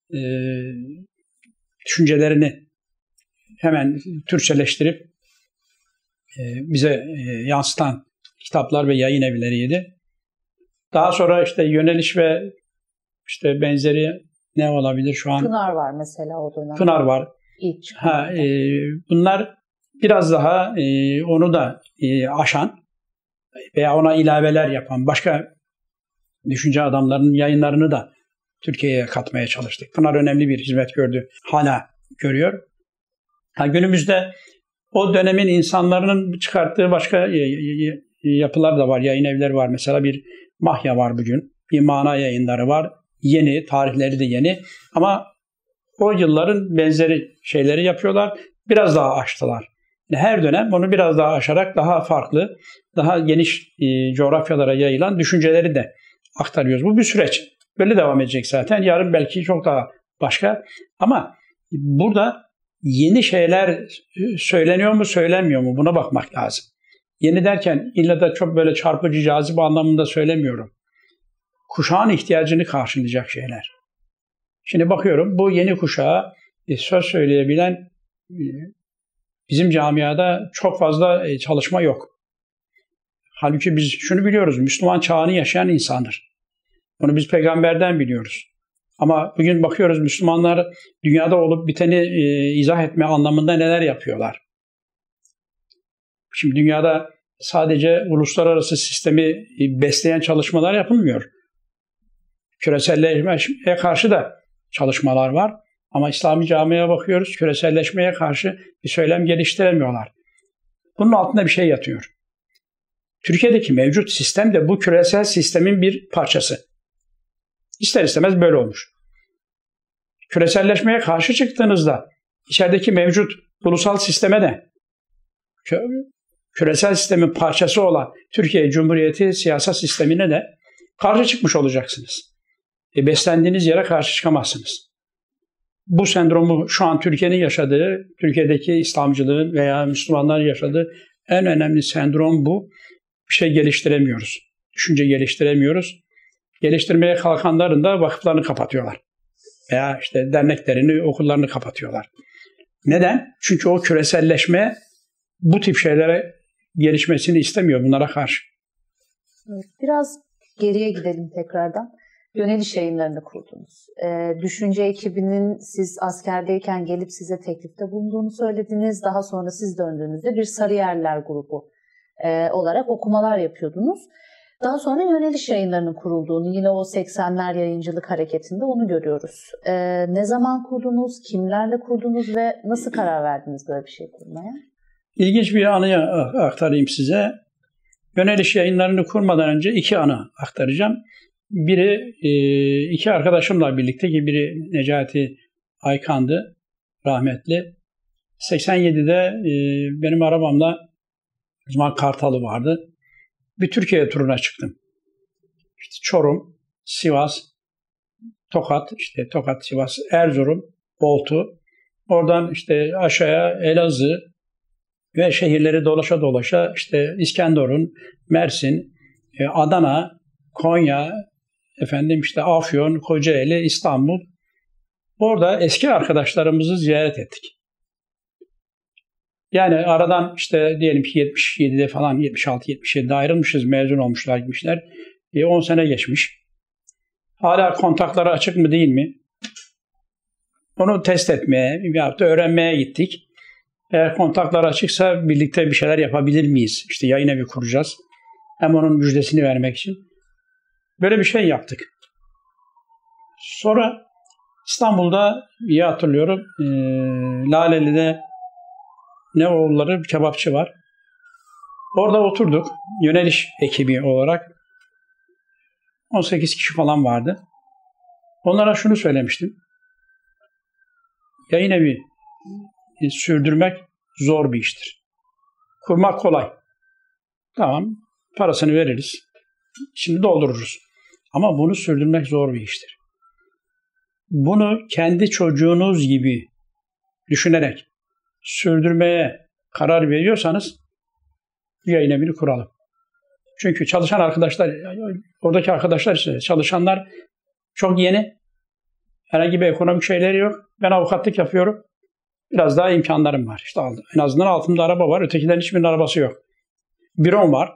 düşüncelerini hemen Türkçeleştirip bize yansıtan kitaplar ve yayın evleriydi. Daha sonra işte yöneliş ve işte benzeri ne olabilir şu an? Pınar var mesela o dönem. Pınar var. İlk bunlar biraz daha onu da aşan veya ona ilaveler yapan başka düşünce adamlarının yayınlarını da Türkiye'ye katmaya çalıştık. Pınar önemli bir hizmet gördü. Hala görüyor. Günümüzde o dönemin insanların çıkarttığı başka yapılar da var. Yayın evleri var. Mesela bir Mahya var bugün. Bir Mana yayınları var. Yeni, tarihleri de yeni. Ama o yılların benzeri şeyleri yapıyorlar. Biraz daha aştılar. Her dönem onu biraz daha aşarak daha farklı, daha geniş coğrafyalara yayılan düşünceleri de aktarıyoruz. Bu bir süreç. Böyle devam edecek zaten. Yarın belki çok daha başka. Ama burada yeni şeyler söyleniyor mu, söylenmiyor mu? Buna bakmak lazım. Yeni derken illa da çok böyle çarpıcı, cazip anlamında söylemiyorum. Kuşağın ihtiyacını karşılayacak şeyler. Şimdi bakıyorum bu yeni kuşağa söz söyleyebilen bizim camiada çok fazla çalışma yok. Halbuki biz şunu biliyoruz, Müslüman çağını yaşayan insandır. Bunu biz peygamberden biliyoruz. Ama bugün bakıyoruz Müslümanlar dünyada olup biteni izah etme anlamında neler yapıyorlar. Şimdi dünyada sadece uluslararası sistemi besleyen çalışmalar yapılmıyor. Küreselleşmeye karşı da çalışmalar var. Ama İslami camiye bakıyoruz, küreselleşmeye karşı bir söylem geliştiremiyorlar. Bunun altında bir şey yatıyor. Türkiye'deki mevcut sistem de bu küresel sistemin bir parçası. İster istemez böyle olmuş. Küreselleşmeye karşı çıktığınızda içerideki mevcut ulusal sisteme de küresel sistemin parçası olan Türkiye Cumhuriyeti siyasal sistemine de karşı çıkmış olacaksınız. Beslendiğiniz yere karşı çıkamazsınız. Bu sendromu şu an Türkiye'nin yaşadığı, Türkiye'deki İslamcılığın veya Müslümanların yaşadığı en önemli sendrom bu. Bir şey geliştiremiyoruz. Düşünce geliştiremiyoruz. Geliştirmeye kalkanların da vakıflarını kapatıyorlar. Veya işte derneklerini, okullarını kapatıyorlar. Neden? Çünkü o küreselleşme bu tip şeylere gelişmesini istemiyor bunlara karşı. Biraz geriye gidelim tekrardan. Yöneliş yayınlarını kurdunuz. Düşünce ekibinin siz askerdeyken gelip size teklifte bulunduğunu söylediniz. Daha sonra siz döndüğünüzde bir Sarıyerler grubu olarak okumalar yapıyordunuz. Daha sonra yöneliş yayınlarının kurulduğunu, yine o 80'ler yayıncılık hareketinde onu görüyoruz. Ne zaman kurdunuz, kimlerle kurdunuz ve nasıl karar verdiniz böyle bir şey kurmaya? İlginç bir anıyı aktarayım size. Yöneliş yayınlarını kurmadan önce 2 anı aktaracağım. Biri iki arkadaşımla birlikte ki biri Necati Aykan'dı, rahmetli. 87'de benim arabamla o zaman Kartalı vardı. Bir Türkiye turuna çıktım. İşte Çorum, Sivas, Tokat, Tokat, Sivas, Erzurum, Oltu. Oradan işte aşağıya Elazığ ve şehirleri dolaşa dolaşa işte İskenderun, Mersin, Adana, Konya, Afyon, Kocaeli, İstanbul. Orada eski arkadaşlarımızı ziyaret ettik. Yani aradan diyelim ki 77'de falan 76-77'de ayrılmışız, mezun olmuşlar gitmişler. 10 sene geçmiş. Hala kontakları açık mı değil mi? Onu test etmeye veyahut da öğrenmeye gittik. Eğer kontaklar açıksa birlikte bir şeyler yapabilir miyiz? Yayın evi kuracağız. Hem onun müjdesini vermek için. Böyle bir şey yaptık. Sonra İstanbul'da iyi hatırlıyorum Laleli'de Neoğulları bir kebapçı var. Orada oturduk. Yöneliş ekibi olarak 18 kişi falan vardı. Onlara şunu söylemiştim. Yayın evi sürdürmek zor bir iştir. Kurmak kolay. Tamam, parasını veririz. Şimdi doldururuz. Ama bunu sürdürmek zor bir iştir. Bunu kendi çocuğunuz gibi düşünerek sürdürmeye karar veriyorsanız yayın evini kuralım. Çünkü çalışan arkadaşlar, oradaki arkadaşlar çalışanlar çok yeni. Herhangi bir ekonomik şeyleri yok. Ben avukatlık yapıyorum. Biraz daha imkanlarım var. En azından altımda araba var. Ötekilerin hiçbirinin arabası yok. Bürom var.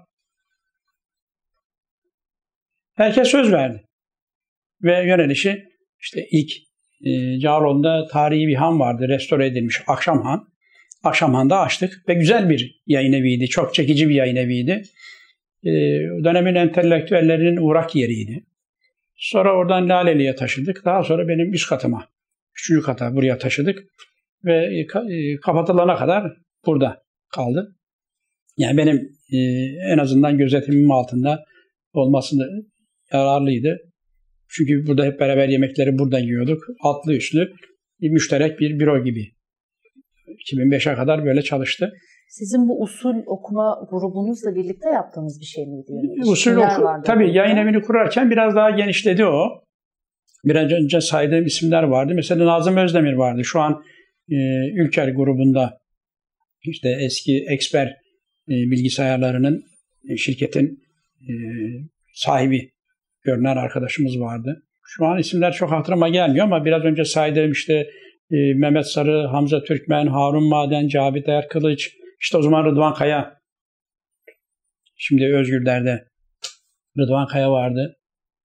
Herkes söz verdi. Ve yönelişi ilk Cağaloğlu'nda tarihi bir han vardı. Restore edilmiş Akşam Han. Akşamhan'da açtık ve güzel bir yayın eviydi. Çok çekici bir yayın eviydi. Dönemin entelektüellerinin uğrak yeriydi. Sonra oradan Laleli'ye taşıdık. Daha sonra benim üst katıma, 3. kata buraya taşıdık. Ve kapatılana kadar burada kaldı. Yani benim en azından gözetimim altında olması yararlıydı. Çünkü burada hep beraber yemekleri burada yiyorduk. Altlı üstlü müşterek bir büro gibi. 2005'e kadar böyle çalıştı. Sizin bu usul okuma grubunuzla birlikte yaptığınız bir şey miydi? Usul tabii yayın evini kurarken biraz daha genişledi o. Biraz önce saydığım isimler vardı. Mesela Nazım Özdemir vardı. Şu an Ülker grubunda işte eski Eksper bilgisayarlarının şirketin sahibi görünen arkadaşımız vardı. Şu an isimler çok hatırıma gelmiyor ama biraz önce saydığım işte Mehmet Sarı, Hamza Türkmen, Harun Maden, Cavit Erkılıç, işte o zaman Rıdvan Kaya. Şimdi Özgürler'de Rıdvan Kaya vardı.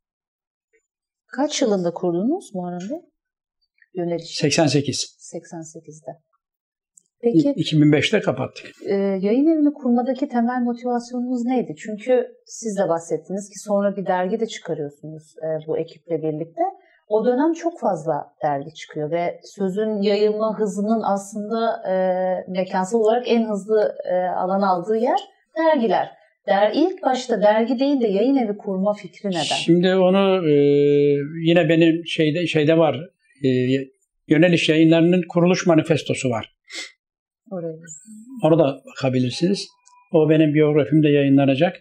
Kaç yılında kurdunuz Muharrem Bey? Yöneliş. 88. 88'de. Peki 2005'te kapattık. Yayın evini kurmadaki temel motivasyonunuz neydi? Çünkü siz de bahsettiniz ki sonra bir dergi de çıkarıyorsunuz bu ekiple birlikte. O dönem çok fazla dergi çıkıyor ve sözün yayılma hızının aslında mekansal olarak en hızlı alan aldığı yer dergiler. İlk başta dergi değil de yayın evi kurma fikri neden? Şimdi onu yine benim şeyde var. Yöneliş Yayınları'nın kuruluş manifestosu var. Oraya. Ona da bakabilirsiniz. O benim biyografimde yayınlanacak.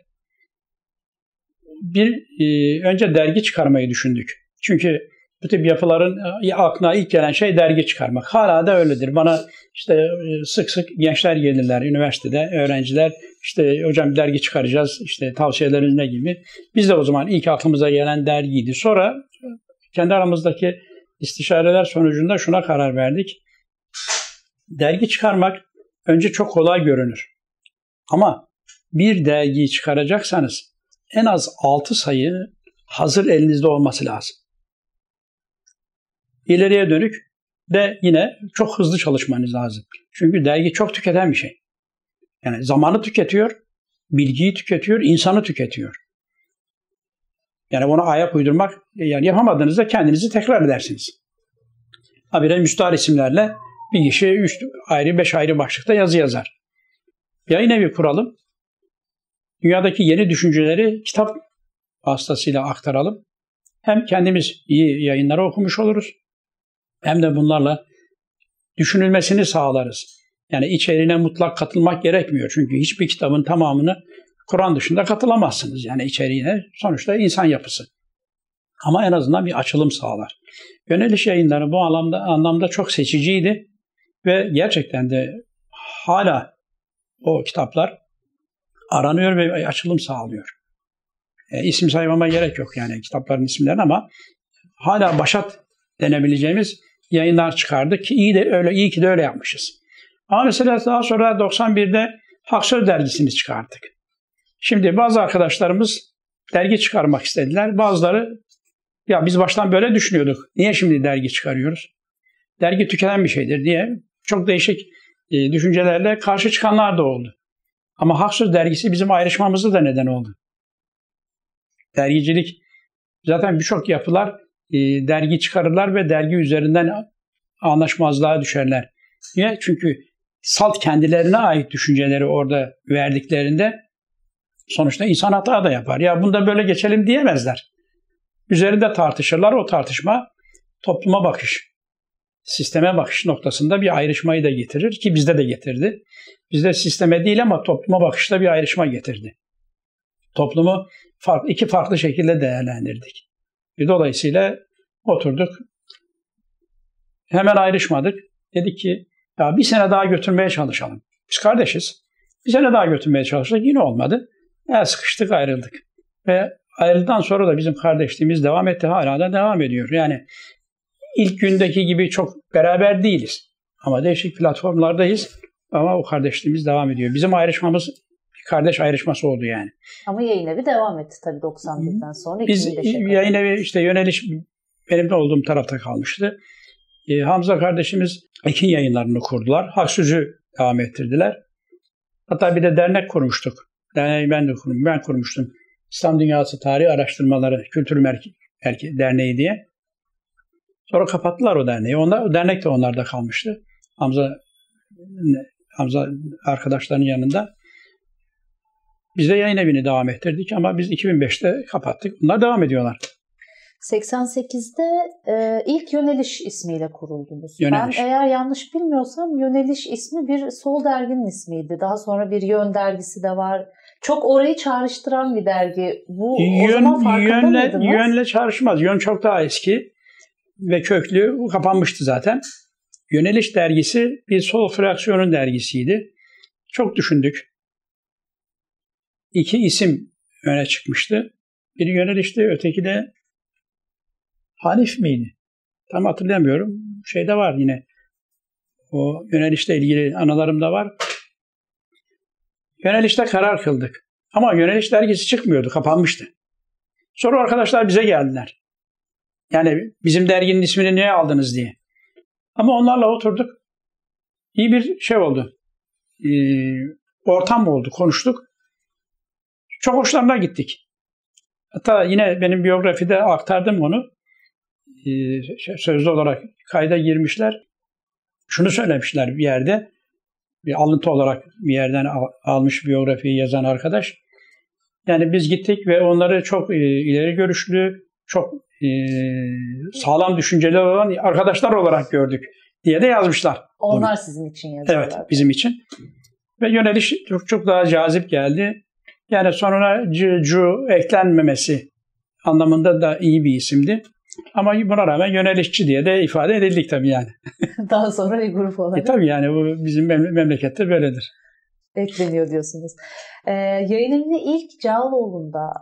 Önce dergi çıkarmayı düşündük. Çünkü bu tip yapıların aklına ilk gelen şey dergi çıkarmak. Hala da öyledir. Bana işte sık sık gençler gelirler üniversitede, öğrenciler işte hocam dergi çıkaracağız, işte tavsiyeleriniz ne gibi. Biz de o zaman ilk aklımıza gelen dergiydi. Sonra kendi aramızdaki istişareler sonucunda şuna karar verdik. Dergi çıkarmak önce çok kolay görünür. Ama bir dergiyi çıkaracaksanız en az 6 sayı hazır elinizde olması lazım. İleriye dönük de yine çok hızlı çalışmanız lazım. Çünkü dergi çok tüketen bir şey. Yani zamanı tüketiyor, bilgiyi tüketiyor, insanı tüketiyor. Yani ona ayak uydurmak, yani yapamadığınızda kendinizi tekrar edersiniz. Habire müstahar isimlerle bir kişi 3 ayrı 5 ayrı başlıkta yazı yazar. Yayın evi kuralım. Dünyadaki yeni düşünceleri kitap vasıtasıyla aktaralım. Hem kendimiz iyi yayınları okumuş oluruz. Hem de bunlarla düşünülmesini sağlarız. Yani içeriğine mutlak katılmak gerekmiyor. Çünkü hiçbir kitabın tamamını Kur'an dışında katılamazsınız. Yani içeriğine sonuçta insan yapısı. Ama en azından bir açılım sağlar. Yöneliş Yayınları bu anlamda çok seçiciydi. Ve gerçekten de hala o kitaplar aranıyor ve açılım sağlıyor. İsim saymama gerek yok yani kitapların isimlerini ama hala başat denebileceğimiz yayınlar çıkardık ki iyi ki de öyle yapmışız. Ama mesela daha sonra 91'de Hak Söz dergisini çıkarttık. Şimdi bazı arkadaşlarımız dergi çıkarmak istediler. Bazıları ya biz baştan böyle düşünüyorduk. Niye şimdi dergi çıkarıyoruz? Dergi tükenen bir şeydir diye çok değişik düşüncelerle karşı çıkanlar da oldu. Ama Hak Söz dergisi bizim ayrışmamıza da neden oldu. Dergicilik, zaten birçok yapılar dergi çıkarırlar ve dergi üzerinden anlaşmazlığa düşerler. Niye? Çünkü salt kendilerine ait düşünceleri orada verdiklerinde sonuçta insan hata da yapar. Ya bunda böyle geçelim diyemezler. Üzerinde tartışırlar. O tartışma topluma bakış, sisteme bakış noktasında bir ayrışmayı da getirir ki bizde de getirdi. Bizde sisteme değil ama topluma bakışta bir ayrışma getirdi. Toplumu iki farklı şekilde değerlendirdik. Dolayısıyla oturduk. Hemen ayrışmadık. Dedik ki ya bir sene daha götürmeye çalışalım. Biz kardeşiz. Bir sene daha götürmeye çalıştık. Yine olmadı. Sıkıştık, ayrıldık. Ve ayrıldıktan sonra da bizim kardeşliğimiz devam etti. Hala da devam ediyor. Yani ilk gündeki gibi çok beraber değiliz. Ama değişik platformlardayız. Ama o kardeşliğimiz devam ediyor. Bizim ayrışmamız bir kardeş ayrışması oldu yani. Ama yayın evi devam etti tabii 91'den sonra. Biz yayın evi işte yöneliş benim de olduğum tarafta kalmıştı. Hamza kardeşimiz Ekin Yayınları'nı kurdular. Hak Sözü devam ettirdiler. Hatta bir de dernek kurmuştuk. Derneği ben kurmuştum. İslam Dünyası Tarihi Araştırmaları Kültür Derneği diye. Sonra kapattılar o derneği. O dernek de onlarda kalmıştı. Hamza arkadaşların yanında. Biz de yayın evini devam ettirdik ama biz 2005'te kapattık. Onlar devam ediyorlar. 88'de ilk Yöneliş ismiyle kuruldunuz. Yöneliş. Ben eğer yanlış bilmiyorsam Yöneliş ismi bir sol derginin ismiydi. Daha sonra bir Yön dergisi de var. Çok orayı çağrıştıran bir dergi. Bu o zaman farkında mıydınız? Yönle çağrışmaz. Yön çok daha eski ve köklü. Kapanmıştı zaten. Yöneliş dergisi bir sol fraksiyonun dergisiydi. Çok düşündük. 2 isim öne çıkmıştı. Biri Yöneliş'ti, öteki de Hanif miydi? Tam hatırlamıyorum. Şeyde var yine. O Yöneliş'le ilgili anılarım da var. Yöneliş'te karar kıldık. Ama Yöneliş dergisi çıkmıyordu, kapanmıştı. Sonra arkadaşlar bize geldiler. Yani bizim derginin ismini niye aldınız diye. Ama onlarla oturduk. İyi bir şey oldu. Ortam oldu, konuştuk. Çok hoşlarına gittik. Hatta yine benim biyografide aktardım onu. Sözlü olarak kayda girmişler. Şunu söylemişler bir yerde. Bir alıntı olarak bir yerden almış biyografiyi yazan arkadaş. Yani biz gittik ve onları çok ileri görüşlü, çok sağlam düşünceli olan arkadaşlar olarak gördük diye de yazmışlar. Onlar onu. Sizin için yazıyorlar. Evet, bizim için. Ve Yöneliş çok daha cazip geldi. Yani sonuna cu eklenmemesi anlamında da iyi bir isimdi. Ama buna rağmen Yönelişçi diye de ifade edildik tabii yani. Daha sonra bir grup olarak. Tabii yani bu bizim memlekette böyledir. Ekleniyor diyorsunuz. Yayın evini ilk Cağaloğlu'nda.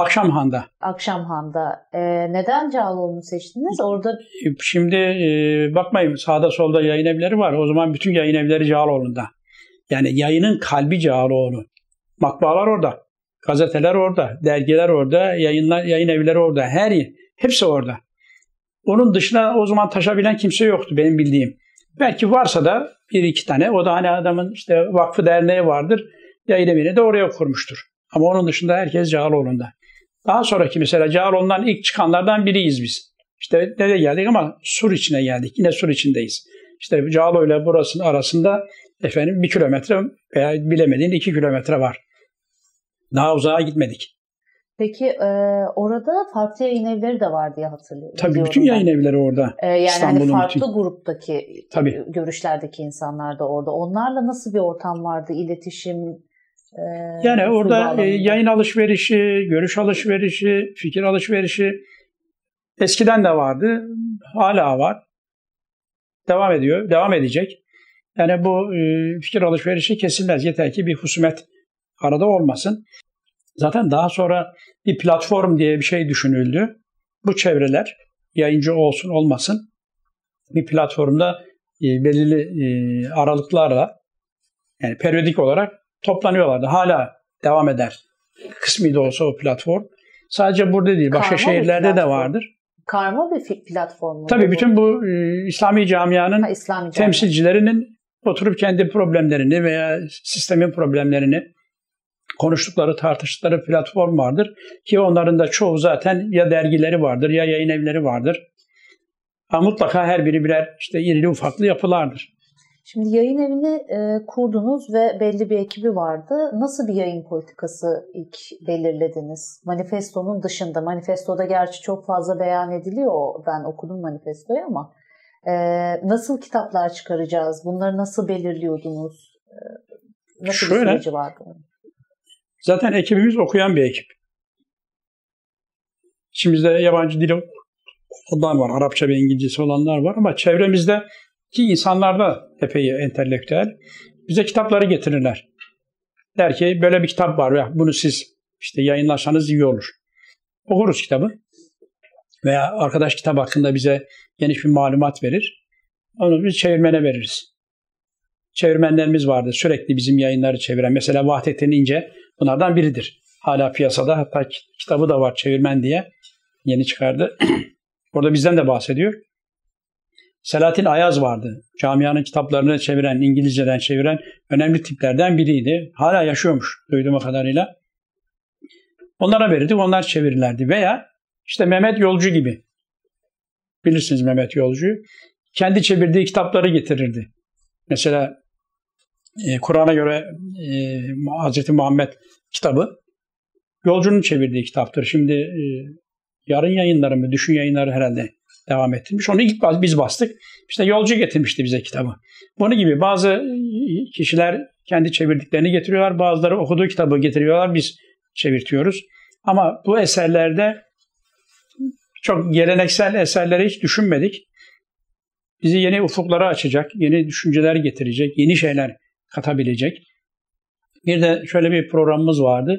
Akşamhan'da. Neden Cağaloğlu'nu seçtiniz? Orada. Şimdi bakmayın sağda solda yayın evleri var. O zaman bütün yayın evleri Cağaloğlu'nda. Yani yayının kalbi Cağaloğlu. Matbaalar orada. Gazeteler orada. Dergiler orada. Yayın evleri orada. Hepsi orada. Onun dışına o zaman taşabilen kimse yoktu benim bildiğim. Belki varsa da 1-2 tane. O da hani adamın işte vakfı derneği vardır. Yayın evini de oraya kurmuştur. Ama onun dışında herkes Cağaloğlu'nda. Daha sonraki mesela Cağaloğlu'ndan ilk çıkanlardan biriyiz biz. İşte nereye geldik ama Sur içine geldik. Yine Sur içindeyiz. İşte Cağaloğlu ile burasının arasında 1 kilometre veya bilemediğin 2 kilometre var. Daha uzağa gitmedik. Peki orada farklı yayın evleri de var diye hatırlıyorum. Tabii bütün yayın evleri orada. Yani hani farklı gruptaki, tabii. Görüşlerdeki insanlar da orada. Onlarla nasıl bir ortam vardı? İletişim? Yani orada yayın alışverişi, görüş alışverişi, fikir alışverişi eskiden de vardı. Hala var. Devam ediyor. Devam edecek. Yani bu fikir alışverişi kesilmez. Yeter ki bir husumet arada olmasın. Zaten daha sonra bir platform diye bir şey düşünüldü. Bu çevreler yayıncı olsun olmasın bir platformda belirli aralıklarla yani periyodik olarak toplanıyorlardı. Hala devam eder. Kısmi de olsa o platform. Sadece burada değil, başka şehirlerde de vardır. Karma bir platform mu? Tabii bütün bu İslami camianın temsilcilerinin oturup kendi problemlerini veya sistemin problemlerini konuştukları, tartıştıkları platform vardır. Ki onların da çoğu zaten ya dergileri vardır ya yayın evleri vardır. Ama mutlaka her biri birer işte irili ufaklı yapılardır. Şimdi yayın evini kurdunuz ve belli bir ekibi vardı. Nasıl bir yayın politikası ilk belirlediniz? Manifestonun dışında. Manifestoda gerçi çok fazla beyan ediliyor. Ben okudum manifestoyu ama nasıl kitaplar çıkaracağız? Bunları nasıl belirliyordunuz? Nasıl bir süreci vardı? Zaten ekibimiz okuyan bir ekip. İçimizde yabancı dil olanlar var, Arapça ve İngilizcesi olanlar var ama çevremizdeki insanlar da epey entelektüel. Bize kitapları getirirler. Der ki böyle bir kitap var ya bunu siz işte yayınlarsanız iyi olur. Okuruz kitabı. Veya arkadaş kitap hakkında bize geniş bir malumat verir. Onu biz çevirmene veririz. Çevirmenlerimiz vardı sürekli bizim yayınları çeviren. Mesela Vahdettin İnce bunlardan biridir. Hala piyasada hatta kitabı da var çevirmen diye. Yeni çıkardı. Orada bizden de bahsediyor. Selahattin Ayaz vardı. Camianın kitaplarını çeviren, İngilizceden çeviren önemli tiplerden biriydi. Hala yaşıyormuş duyduğum kadarıyla. Onlara verirdik, onlar çevirirlerdi. Veya işte Mehmet Yolcu gibi. Bilirsiniz Mehmet Yolcu'yu. Kendi çevirdiği kitapları getirirdi. Mesela Kur'an'a göre Hazreti Muhammed kitabı Yolcu'nun çevirdiği kitaptır. Şimdi yarın yayınları mı, düşün yayınları herhalde devam ettirmiş. Onu ilk biz bastık. İşte Yolcu getirmişti bize kitabı. Bunun gibi bazı kişiler kendi çevirdiklerini getiriyorlar. Bazıları okuduğu kitabı getiriyorlar. Biz çevirtiyoruz. Ama bu eserlerde çok geleneksel eserleri hiç düşünmedik. Bizi yeni ufuklara açacak, yeni düşünceler getirecek, yeni şeyler katabilecek. Bir de şöyle bir programımız vardı.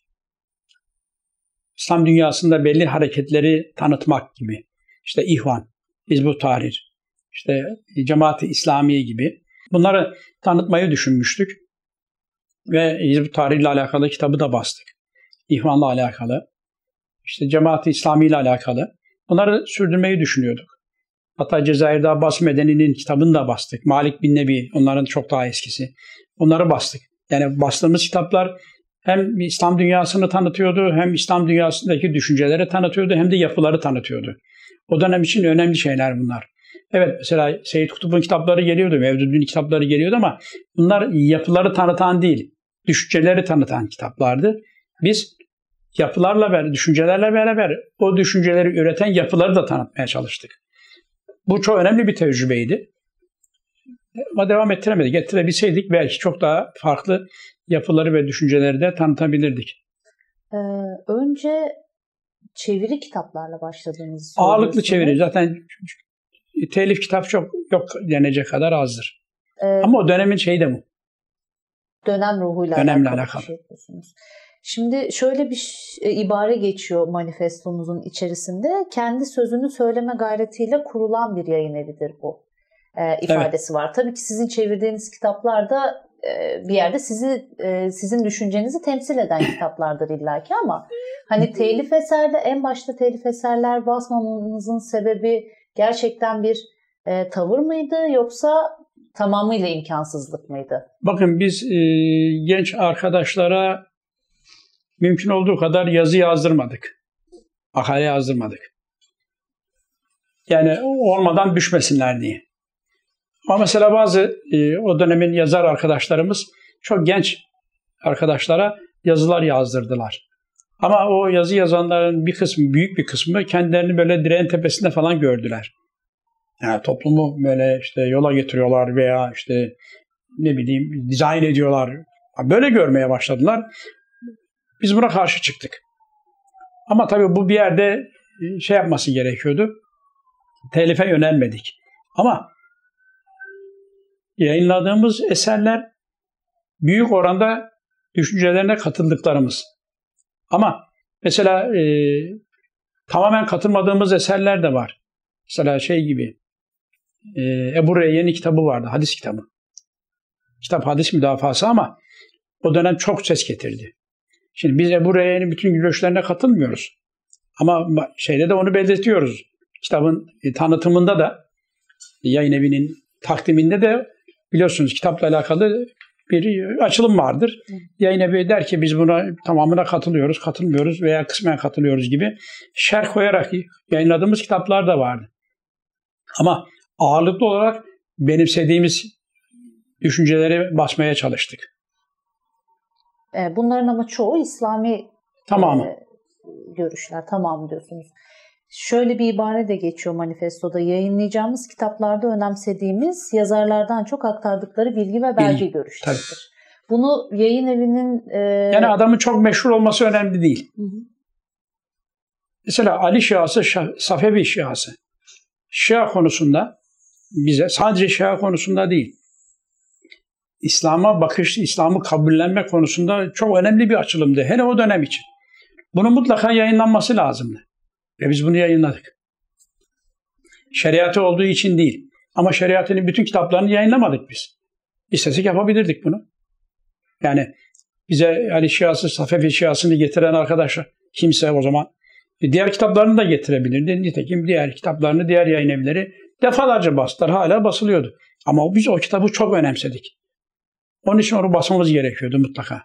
İslam dünyasında belli hareketleri tanıtmak gibi. İşte İhvan, Hizb-ut Tahrir, işte Cemaat-i İslamiye gibi. Bunları tanıtmayı düşünmüştük. Ve Hizb-ut Tahrir ile alakalı kitabı da bastık. İhvan'la alakalı, işte Cemaat-i İslami ile alakalı. Bunları sürdürmeyi düşünüyorduk. Hatta Cezayir'de Abbas Medeni'nin kitabını da bastık. Malik bin Nebi, onların çok daha eskisi. Onları bastık. Yani bastığımız kitaplar hem İslam dünyasını tanıtıyordu, hem İslam dünyasındaki düşünceleri tanıtıyordu, hem de yapıları tanıtıyordu. O dönem için önemli şeyler bunlar. Evet, mesela Seyyid Kutup'un kitapları geliyordu, Mevdud'un kitapları geliyordu ama bunlar yapıları tanıtan değil, düşünceleri tanıtan kitaplardı. Biz yapılarla beraber, düşüncelerle beraber o düşünceleri üreten yapıları da tanıtmaya çalıştık. Bu çok önemli bir tecrübeydi. Ama devam ettiremedik. Getirebilseydik belki çok daha farklı yapıları ve düşünceleri de tanıtabilirdik. Önce çeviri kitaplarla başladığınızı ağırlıklı çeviri. Zaten telif kitap çok yok denecek kadar azdır. Ama o dönemin şeyi de bu. Dönem ruhuyla alakalı. Şey yapıyorsunuz. Şimdi şöyle bir ibare geçiyor manifestonuzun içerisinde. Kendi sözünü söyleme gayretiyle kurulan bir yayın evidir bu ifadesi var. Tabii ki sizin çevirdiğiniz kitaplar da bir yerde sizin düşüncenizi temsil eden kitaplardır illaki ama hani telif eserde en başta telif eserler basmamanızın sebebi gerçekten bir tavır mıydı yoksa tamamıyla imkansızlık mıydı? Bakın biz genç arkadaşlara mümkün olduğu kadar yazı yazdırmadık. Makale yazdırmadık. Yani olmadan düşmesinler diye. Ama mesela bazı o dönemin yazar arkadaşlarımız çok genç arkadaşlara yazılar yazdırdılar. Ama o yazı yazanların bir kısmı, büyük bir kısmı kendilerini böyle direğin tepesinde falan gördüler. Yani toplumu böyle işte yola getiriyorlar veya işte ne bileyim dizayn ediyorlar. Böyle görmeye başladılar. Biz buna karşı çıktık. Ama tabii bu bir yerde şey yapması gerekiyordu. Telife yönelmedik. Ama yayınladığımız eserler büyük oranda düşüncelerine katıldıklarımız. Ama mesela tamamen katılmadığımız eserler de var. Mesela şey gibi Ebu Reyyen'in kitabı vardı. Hadis kitabı. Kitap hadis müdafası ama o dönem çok ses getirdi. Şimdi biz Ebu Reyyen'in bütün görüşlerine katılmıyoruz. Ama şeyde de onu belirtiyoruz. Kitabın tanıtımında da yayın evinin takdiminde de biliyorsunuz kitapla alakalı bir açılım vardır. Yayın evi der ki biz buna tamamına katılıyoruz, katılmıyoruz veya kısmen katılıyoruz gibi şerh koyarak yayınladığımız kitaplar da vardı. Ama ağırlıklı olarak benimsediğimiz düşünceleri basmaya çalıştık. Bunların ama çoğu İslami görüşler. Tamamı diyorsunuz. Şöyle bir ibare de geçiyor manifestoda. Yayınlayacağımız kitaplarda önemsediğimiz yazarlardan çok aktardıkları bilgi ve belge görüşleridir. Tabii. Bunu yayın evinin... Yani adamın çok meşhur olması önemli değil. Hı. Mesela Ali Şiası, Safevi Şiası. Şia konusunda bize sadece Şia konusunda değil, İslam'a bakış, İslam'ı kabullenme konusunda çok önemli bir açılımdı. Hele o dönem için. Bunun mutlaka yayınlanması lazımdı. Ve biz bunu yayınladık. Şeriatı olduğu için değil. Ama şeriatının bütün kitaplarını yayınlamadık biz. İstesek yapabilirdik bunu. Yani bize Ali Şiası, Safevi Şiasını getiren arkadaşlar kimse o zaman diğer kitaplarını da getirebilirdi. Nitekim diğer kitaplarını diğer yayın evleri Defalarca bastılar, hala basılıyordu. Ama biz o kitabı çok önemsedik. Onun için onu basmamız gerekiyordu mutlaka.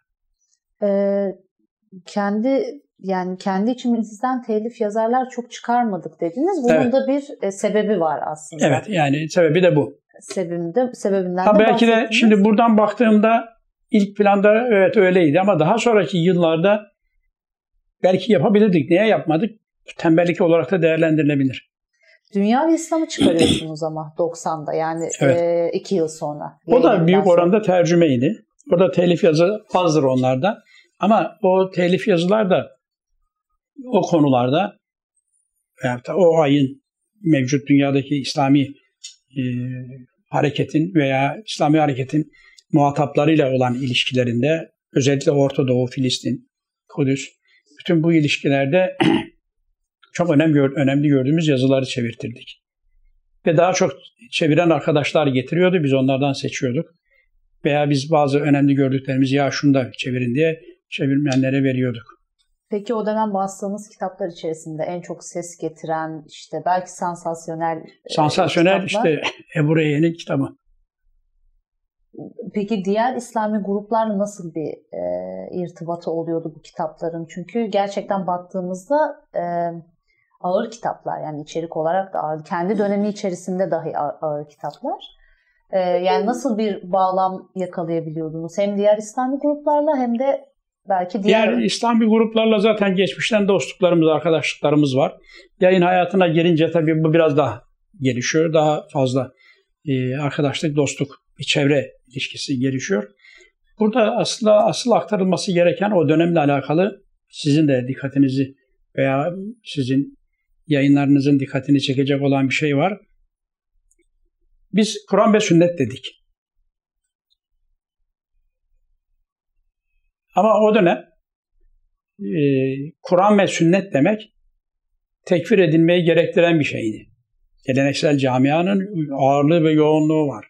Kendi içimizden telif yazarlar çok çıkarmadık dediniz. Bunun da bir sebebi var aslında. Evet, yani sebebi de bu. Sebebinden de belki de şimdi buradan baktığımda ilk planda evet öyleydi ama daha sonraki yıllarda belki yapabilirdik. Niye yapmadık? Tembellik olarak da değerlendirilebilir. Dünya ve İslam'ı çıkarıyorsunuz ama 90'da yani evet. 2 yıl sonra. O da büyük oranda tercümeydi. Orada telif yazı azdır onlarda. Ama o telif yazılar da o konularda o ayın mevcut dünyadaki İslami hareketin veya İslami hareketin muhataplarıyla olan ilişkilerinde özellikle Orta Doğu, Filistin, Kudüs bütün bu ilişkilerde çok önemli gördüğümüz yazıları çevirtirdik. Ve daha çok çeviren arkadaşlar getiriyordu. Biz onlardan seçiyorduk. Veya biz bazı önemli gördüklerimizi ya şunu da çevirin diye çevirmenlere veriyorduk. Peki o dönem bastığınız kitaplar içerisinde en çok ses getiren işte belki sansasyonel kitaplar. İşte Ebu Reyhan'ın kitabı. Peki diğer İslami gruplarla nasıl bir irtibatı oluyordu bu kitapların? Çünkü gerçekten baktığımızda ağır kitaplar, yani içerik olarak da ağır. Kendi dönemi içerisinde dahi ağır kitaplar. Yani nasıl bir bağlam yakalayabiliyordunuz? Hem diğer İslami gruplarla hem de belki diğer İslami gruplarla zaten geçmişten dostluklarımız, arkadaşlıklarımız var. Yayın hayatına gelince tabii bu biraz daha gelişiyor. Daha fazla arkadaşlık, dostluk, bir çevre ilişkisi gelişiyor. Burada asıl aktarılması gereken o dönemle alakalı sizin de dikkatinizi veya sizin yayınlarınızın dikkatini çekecek olan bir şey var. Biz Kur'an ve sünnet dedik. Ama o dönem Kur'an ve sünnet demek tekfir edilmeyi gerektiren bir şeydi. Geleneksel camianın ağırlığı ve yoğunluğu var.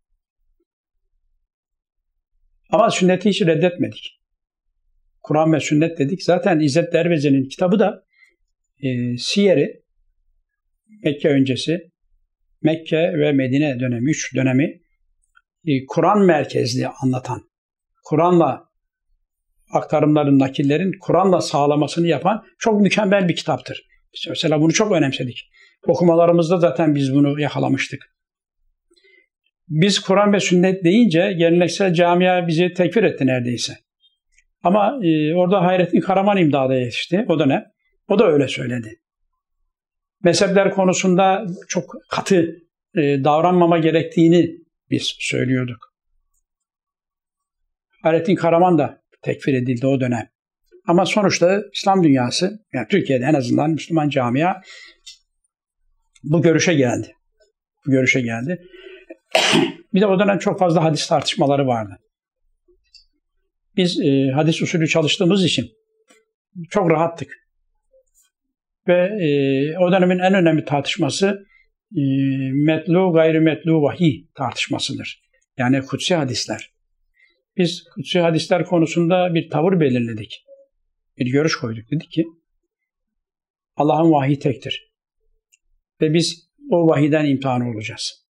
Ama sünneti hiç reddetmedik. Kur'an ve sünnet dedik. Zaten İzzet Dervezi'nin kitabı da Siyer'i, Mekke öncesi, Mekke ve Medine dönemi, 3 dönemi Kur'an merkezli anlatan, Kur'an'la aktarımların, nakillerin Kur'an'la sağlamasını yapan çok mükemmel bir kitaptır. Mesela bunu çok önemsedik. Okumalarımızda zaten biz bunu yakalamıştık. Biz Kur'an ve sünnet deyince geleneksel camia bizi tekfir etti neredeyse. Ama orada Hayrettin Karaman imdada yetişti o dönem. O da öyle söyledi. Mezhepler konusunda çok katı davranmama gerektiğini biz söylüyorduk. Hayrettin Karaman da tekfir edildi o dönem. Ama sonuçta İslam dünyası, yani Türkiye'de en azından Müslüman camia bu görüşe geldi. Bir de o dönem çok fazla hadis tartışmaları vardı. Biz hadis usulü çalıştığımız için çok rahattık. Ve o dönemin en önemli tartışması metlu gayrimetlu vahiy tartışmasıdır. Yani kutsi hadisler. Biz kutsi hadisler konusunda bir tavır belirledik. Bir görüş koyduk. Dedik ki Allah'ın vahyi tektir. Ve biz o vahiyden imtihan olacağız.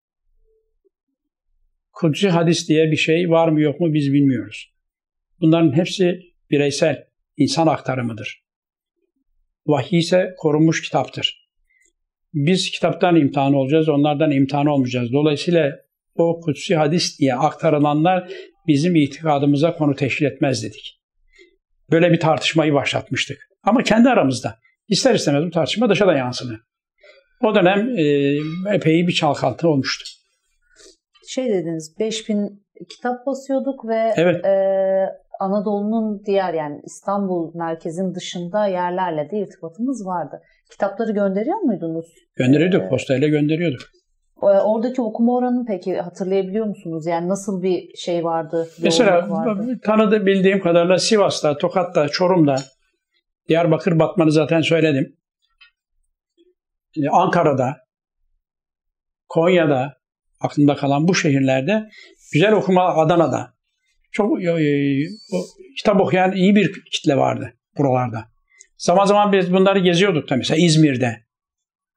Kutsi hadis diye bir şey var mı yok mu biz bilmiyoruz. Bunların hepsi bireysel insan aktarımıdır. Vahiy ise korunmuş kitaptır. Biz kitaptan imtihan olacağız, onlardan imtihan olmayacağız. Dolayısıyla o kutsi hadis diye aktarılanlar bizim itikadımıza konu teşkil etmez dedik. Böyle bir tartışmayı başlatmıştık. Ama kendi aramızda. İster istemez bu tartışma dışa da yansıdı. O dönem epey bir çalkantı olmuştu. Dediniz, 5000 kitap basıyorduk ve evet. Anadolu'nun diğer, yani İstanbul merkezin dışında yerlerle de irtibatımız vardı. Kitapları gönderiyor muydunuz? Gönderiyorduk, postayla gönderiyorduk. Oradaki okuma oranını peki hatırlayabiliyor musunuz? Yani nasıl bir şey vardı? Mesela bildiğim kadarıyla Sivas'ta, Tokat'ta, Çorum'da, Diyarbakır, Batman'ı zaten söyledim. Ankara'da, Konya'da, aklımda kalan bu şehirlerde, güzel okuma Adana'da. Çok kitap okuyan iyi bir kitle vardı buralarda. Zaman zaman biz bunları geziyorduk da mesela İzmir'de.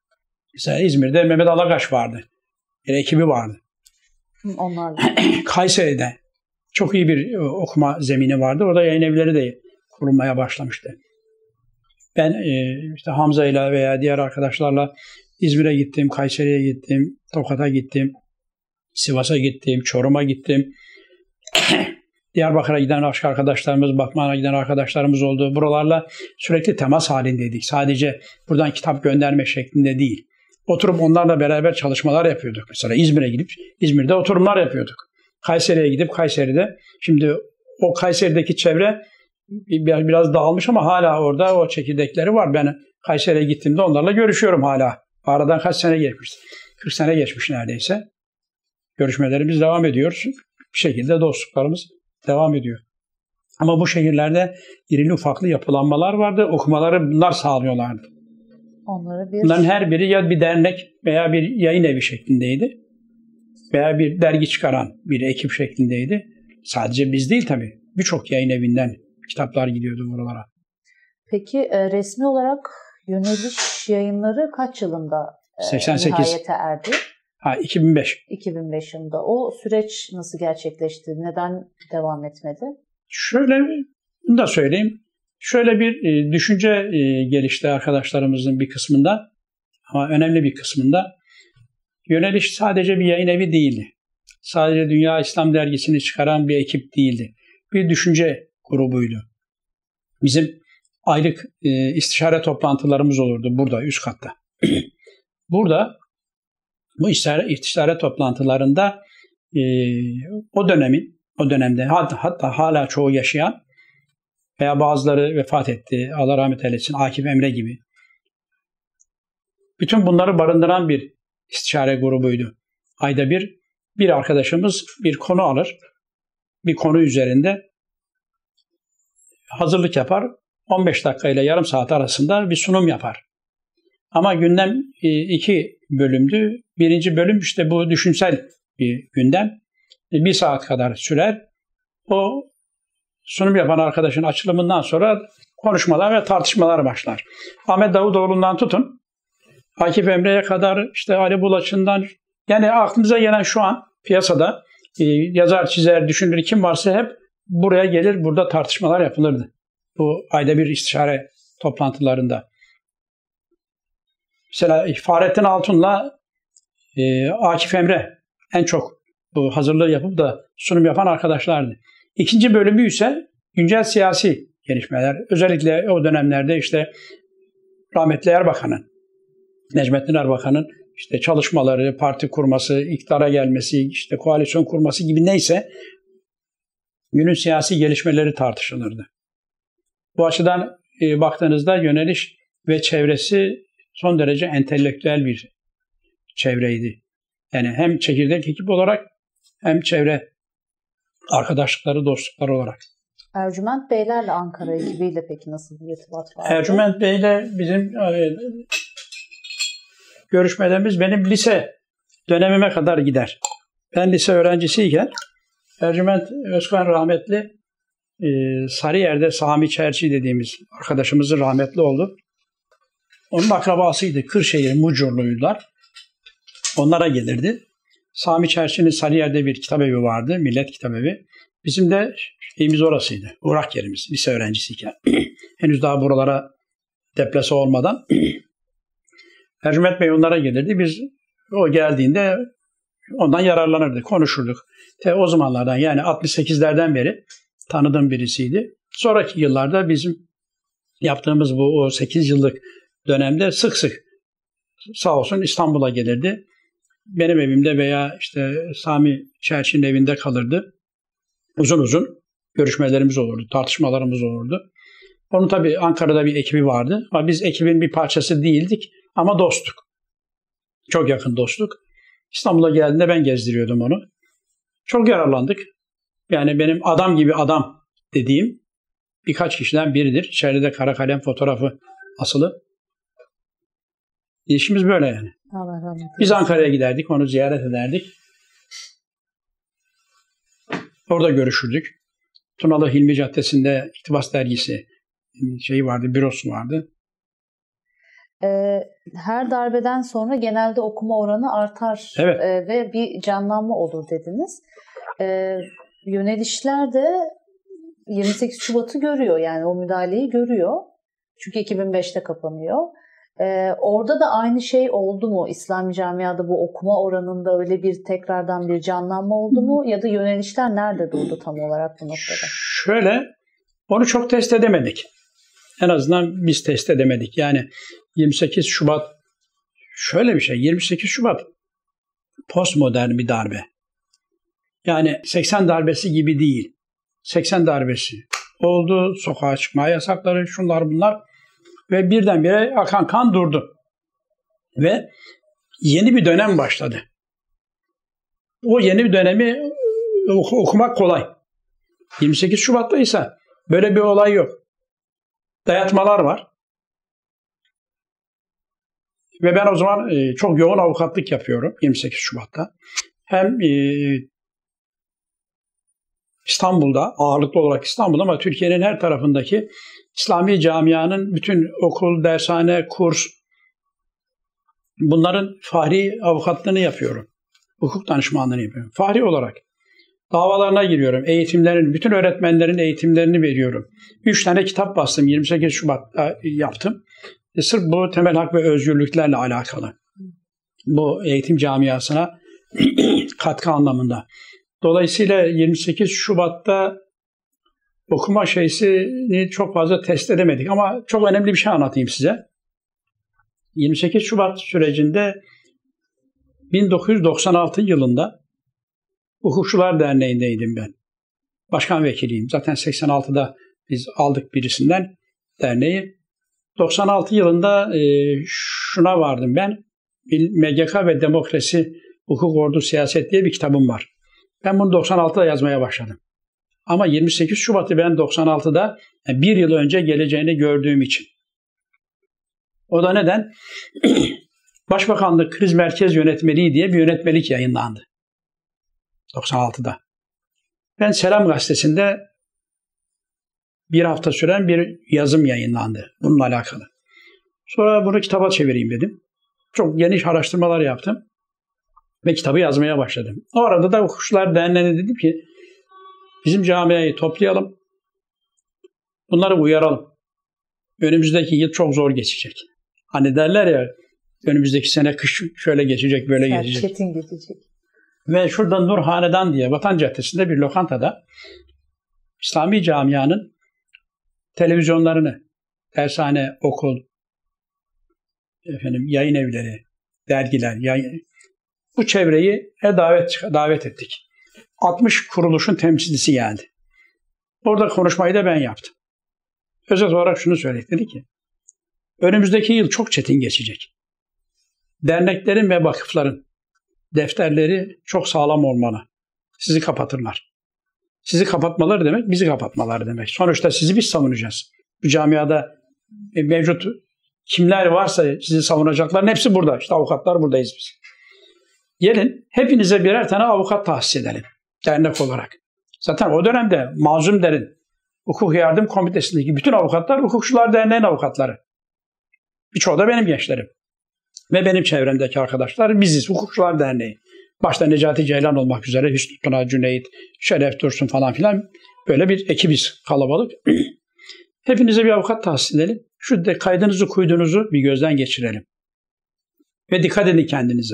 Mesela İzmir'de Mehmet Alagaş vardı. Bir ekibi vardı. Onlarla. Kayseri'de çok iyi bir okuma zemini vardı. Orada yayın evleri de kurulmaya başlamıştı. Ben işte Hamza ile veya diğer arkadaşlarla İzmir'e gittim, Kayseri'ye gittim, Tokat'a gittim, Sivas'a gittim, Çorum'a gittim. Diyarbakır'a giden başka arkadaşlarımız, Batman'a giden arkadaşlarımız oldu. Buralarla sürekli temas halindeydik. Sadece buradan kitap gönderme şeklinde değil. Oturup onlarla beraber çalışmalar yapıyorduk. Mesela İzmir'e gidip İzmir'de oturumlar yapıyorduk. Kayseri'ye gidip Kayseri'de, şimdi o Kayseri'deki çevre biraz dağılmış ama hala orada o çekirdekleri var. Ben Kayseri'ye gittiğimde onlarla görüşüyorum hala. Aradan kaç sene geçmiş? 40 sene geçmiş neredeyse. Görüşmelerimiz devam ediyor. Bir şekilde dostluklarımız devam ediyor. Ama bu şehirlerde irili ufaklı yapılanmalar vardı. Okumaları bunlar sağlıyorlardı. Bunların her biri ya bir dernek veya bir yayın evi şeklindeydi. Veya bir dergi çıkaran bir ekip şeklindeydi. Sadece biz değil tabii. Birçok yayın evinden kitaplar gidiyordu buralara. Peki resmi olarak Yöneliş Yayınları kaç yılında 88. nihayete erdi? 2005. 2005 yılında. O süreç nasıl gerçekleşti? Neden devam etmedi? Şöyle bunu da söyleyeyim. Şöyle bir düşünce gelişti arkadaşlarımızın bir kısmında. Ama önemli bir kısmında. Yöneliş sadece bir yayın evi değildi. Sadece Dünya İslam Dergisi'ni çıkaran bir ekip değildi. Bir düşünce grubuydu. Bizim aylık istişare toplantılarımız olurdu burada üst katta. Burada bu istişare toplantılarında o dönemde hatta hala çoğu yaşayan veya bazıları vefat etti, Allah rahmet eylesin, Akif Emre gibi. Bütün bunları barındıran bir istişare grubuydu. Ayda bir arkadaşımız bir konu alır, bir konu üzerinde hazırlık yapar, 15 dakika ile yarım saat arasında bir sunum yapar. Ama gündem 2 bölümdü. Birinci bölüm işte bu düşünsel bir gündem. 1 saat kadar sürer. O sunum yapan arkadaşın açılımından sonra konuşmalar ve tartışmalar başlar. Ahmet Davutoğlu'ndan tutun, Akif Emre'ye kadar, işte Ali Bulaç'ından, yani aklınıza gelen şu an piyasada yazar, çizer, düşünür kim varsa hep buraya gelir, burada tartışmalar yapılırdı. Bu ayda bir istişare toplantılarında. Mesela Fahrettin Altun'la Akif Emre en çok bu hazırlığı yapıp da sunum yapan arkadaşlardı. İkinci bölümü ise güncel siyasi gelişmeler. Özellikle o dönemlerde işte rahmetli Erbakan'ın, Necmettin Erbakan'ın işte çalışmaları, parti kurması, iktidara gelmesi, işte koalisyon kurması gibi neyse günün siyasi gelişmeleri tartışılırdı. Bu açıdan baktığınızda Yöneliş ve çevresi son derece entelektüel bir çevreydi. Yani hem çekirdek ekip olarak hem çevre arkadaşlıkları, dostlukları olarak. Ercüment Beylerle Ankara ekibiyle peki nasıl bir irtibat vardı? Ercüment Bey'le bizim görüşmelerimiz benim lise dönemime kadar gider. Ben lise öğrencisiyken Ercüment Özkan rahmetli Sarıyer'de Sami Çerçi dediğimiz arkadaşımızın rahmetli oldu. Onun akrabasıydı. Kırşehir Mucurluydular. Onlara gelirdi. Sami Çerçi'nin Sarıyer'de bir kitabevi vardı. Millet Kitabevi. Bizim de şeyimiz orasıydı. Uğrak yerimiz. Lise öğrencisiyken. Henüz daha buralara deplase olmadan. Ercüment Bey onlara gelirdi. Biz o geldiğinde ondan yararlanırdık. Konuşurduk. O zamanlardan yani 68'lerden beri tanıdığım birisiydi. Sonraki yıllarda bizim yaptığımız bu o 8 yıllık dönemde sık sık sağ olsun İstanbul'a gelirdi. Benim evimde veya işte Sami Çerçi'nin evinde kalırdı. Uzun uzun görüşmelerimiz olurdu, tartışmalarımız olurdu. Onun tabii Ankara'da bir ekibi vardı ama biz ekibin bir parçası değildik ama dostluk. Çok yakın dostluk. İstanbul'a geldiğinde ben gezdiriyordum onu. Çok yararlandık. Yani benim adam gibi adam dediğim birkaç kişiden biridir. İçeride de kara kalem fotoğrafı asılı. İşimiz böyle yani. Biz Ankara'ya giderdik, onu ziyaret ederdik. Orada görüşürdük. Tunalı Hilmi Caddesi'nde İktibas Dergisi şeyi vardı, bürosu vardı. Her darbeden sonra genelde okuma oranı artar ve bir canlanma olur dediniz. Yönelişler de 28 Şubat'ı görüyor, yani o müdahaleyi görüyor. Çünkü 2005'te kapanıyor. Orada da aynı şey oldu mu? İslami camiada bu okuma oranında öyle bir tekrardan bir canlanma oldu mu? Ya da yönelişler nerede durdu tam olarak bu noktada? Şöyle, onu çok test edemedik. En azından biz test edemedik. Yani 28 Şubat şöyle bir şey. 28 Şubat postmodern bir darbe. Yani 80 darbesi gibi değil. 80 darbesi oldu. Sokağa çıkma yasakları, şunlar bunlar. Ve birdenbire akan kan durdu. Ve yeni bir dönem başladı. O yeni bir dönemi okumak kolay. 28 Şubat'ta ise böyle bir olay yok. Dayatmalar var. Ve ben o zaman çok yoğun avukatlık yapıyorum 28 Şubat'ta. Hem İstanbul'da, ağırlıklı olarak İstanbul'da ama Türkiye'nin her tarafındaki İslami camianın bütün okul, dershane, kurs, bunların fahri avukatlığını yapıyorum. Hukuk danışmanlığını yapıyorum. Fahri olarak davalarına giriyorum. Eğitimlerin, bütün öğretmenlerin eğitimlerini veriyorum. 3 tane kitap bastım. 28 Şubat'ta yaptım. Sırf bu temel hak ve özgürlüklerle alakalı. Bu eğitim camiasına katkı anlamında. Dolayısıyla 28 Şubat'ta okuma şeysini çok fazla test edemedik. Ama çok önemli bir şey anlatayım size. 28 Şubat sürecinde 1996 yılında Hukukçular Derneği'ndeydim ben. Başkan vekiliyim. Zaten 86'da biz aldık birisinden derneği. 96 yılında şuna vardım ben. MGK ve Demokrasi, Hukuk, Ordu, Siyaset diye bir kitabım var. Ben bunu 96'da yazmaya başladım. Ama 28 Şubat'ı ben 96'da bir yıl önce geleceğini gördüğüm için. O da neden? Başbakanlık Kriz Merkez Yönetmeliği diye bir yönetmelik yayınlandı. 96'da. Ben Selam Gazetesi'nde bir hafta süren bir yazım yayınlandı bununla alakalı. Sonra bunu kitaba çevireyim dedim. Çok geniş araştırmalar yaptım ve kitabı yazmaya başladım. O arada da Hukukçular Derneği'ne dedim ki bizim camiayı toplayalım, bunları uyaralım. Önümüzdeki yıl çok zor geçecek. Hani derler ya, önümüzdeki sene kış şöyle geçecek, böyle geçecek. Çetin geçecek. Ve şurada Nur Hanedan diye Vatan Caddesi'nde bir lokantada İslami camianın televizyonlarını, dershane, okul, yayın evleri, dergiler, bu çevreyi davet ettik. 60 kuruluşun temsilcisi geldi. Orada konuşmayı da ben yaptım. Özet olarak şunu söyledik. Dedi ki, önümüzdeki yıl çok çetin geçecek. Derneklerin ve vakıfların defterleri çok sağlam olmalı. Sizi kapatırlar. Sizi kapatmaları demek, bizi kapatmaları demek. Sonuçta sizi biz savunacağız. Bu camiada mevcut kimler varsa sizi savunacakların hepsi burada. İşte avukatlar buradayız biz. Gelin hepinize birer tane avukat tahsis edelim dernek olarak. Zaten o dönemde Mazlum Der'in Hukuk Yardım Komitesi'ndeki bütün avukatlar Hukukçular Derneği'nin avukatları. Birçoğu da benim gençlerim. Ve benim çevremdeki arkadaşlar biziz. Hukukçular Derneği. Başta Necati Ceylan olmak üzere Hüsnü Tuna, Cüneyt, Şeref Dursun falan filan böyle bir ekibiz, kalabalık. Hepinize bir avukat tahsis edelim. Şu kaydınızı kuydunuzu bir gözden geçirelim. Ve dikkat edin kendinize.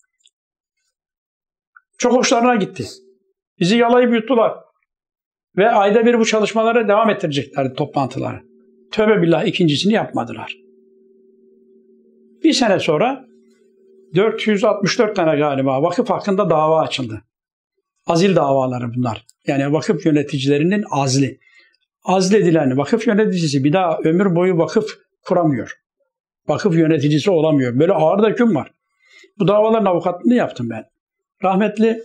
Çok hoşlarına gitti. Bizi yalayıp yuttular. Ve ayda bir bu çalışmalara devam ettireceklerdi, toplantıları. Tövbe billah ikincisini yapmadılar. Bir sene sonra 464 tane galiba vakıf hakkında dava açıldı. Azil davaları bunlar. Yani vakıf yöneticilerinin azli. Azledilen vakıf yöneticisi bir daha ömür boyu vakıf kuramıyor. Vakıf yöneticisi olamıyor. Böyle ağır da hüküm var. Bu davaların avukatlığını yaptım ben. Rahmetli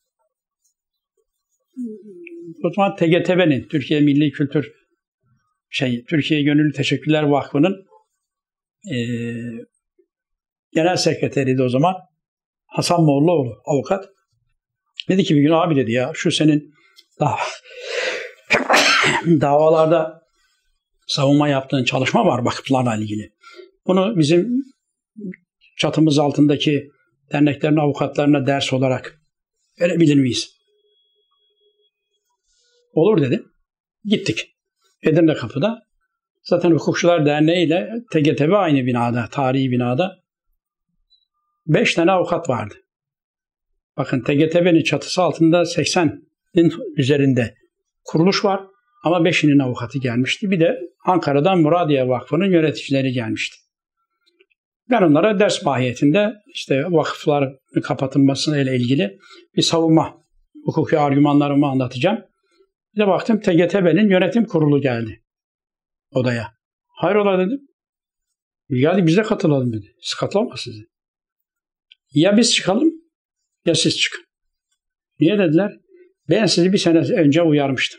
o zaman TGTV'nin, Türkiye Milli Kültür Türkiye Gönüllü Teşekkürler Vakfı'nın genel sekreteriydi o zaman. Hasan Mollaoğlu avukat. Dedi ki bir gün, abi dedi ya, şu senin davalarda savunma yaptığın çalışma var vakıflarla ilgili. Bunu bizim çatımız altındaki derneklerin avukatlarına ders olarak verebilir miyiz? Olur dedim. Gittik. Edirne Kapı'da. Zaten Hukukçular Derneği ile TGTB aynı binada, tarihi binada. 5 tane avukat vardı. Bakın TGTB'nin çatısı altında 80'in üzerinde kuruluş var ama 5'inin avukatı gelmişti. Bir de Ankara'dan Muradiye Vakfı'nın yöneticileri gelmişti. Ben onlara ders mahiyetinde işte vakıfların kapatılmasıyla ilgili bir savunma, hukuki argümanlarımı anlatacağım. Bir de baktım TGTB'nin yönetim kurulu geldi odaya. Hayrola dedim. Geldi biz de katılalım dedi. Siz katılamazsınız dedi. Ya biz çıkalım ya siz çıkın. Niye dediler? Ben sizi bir sene önce uyarmıştım.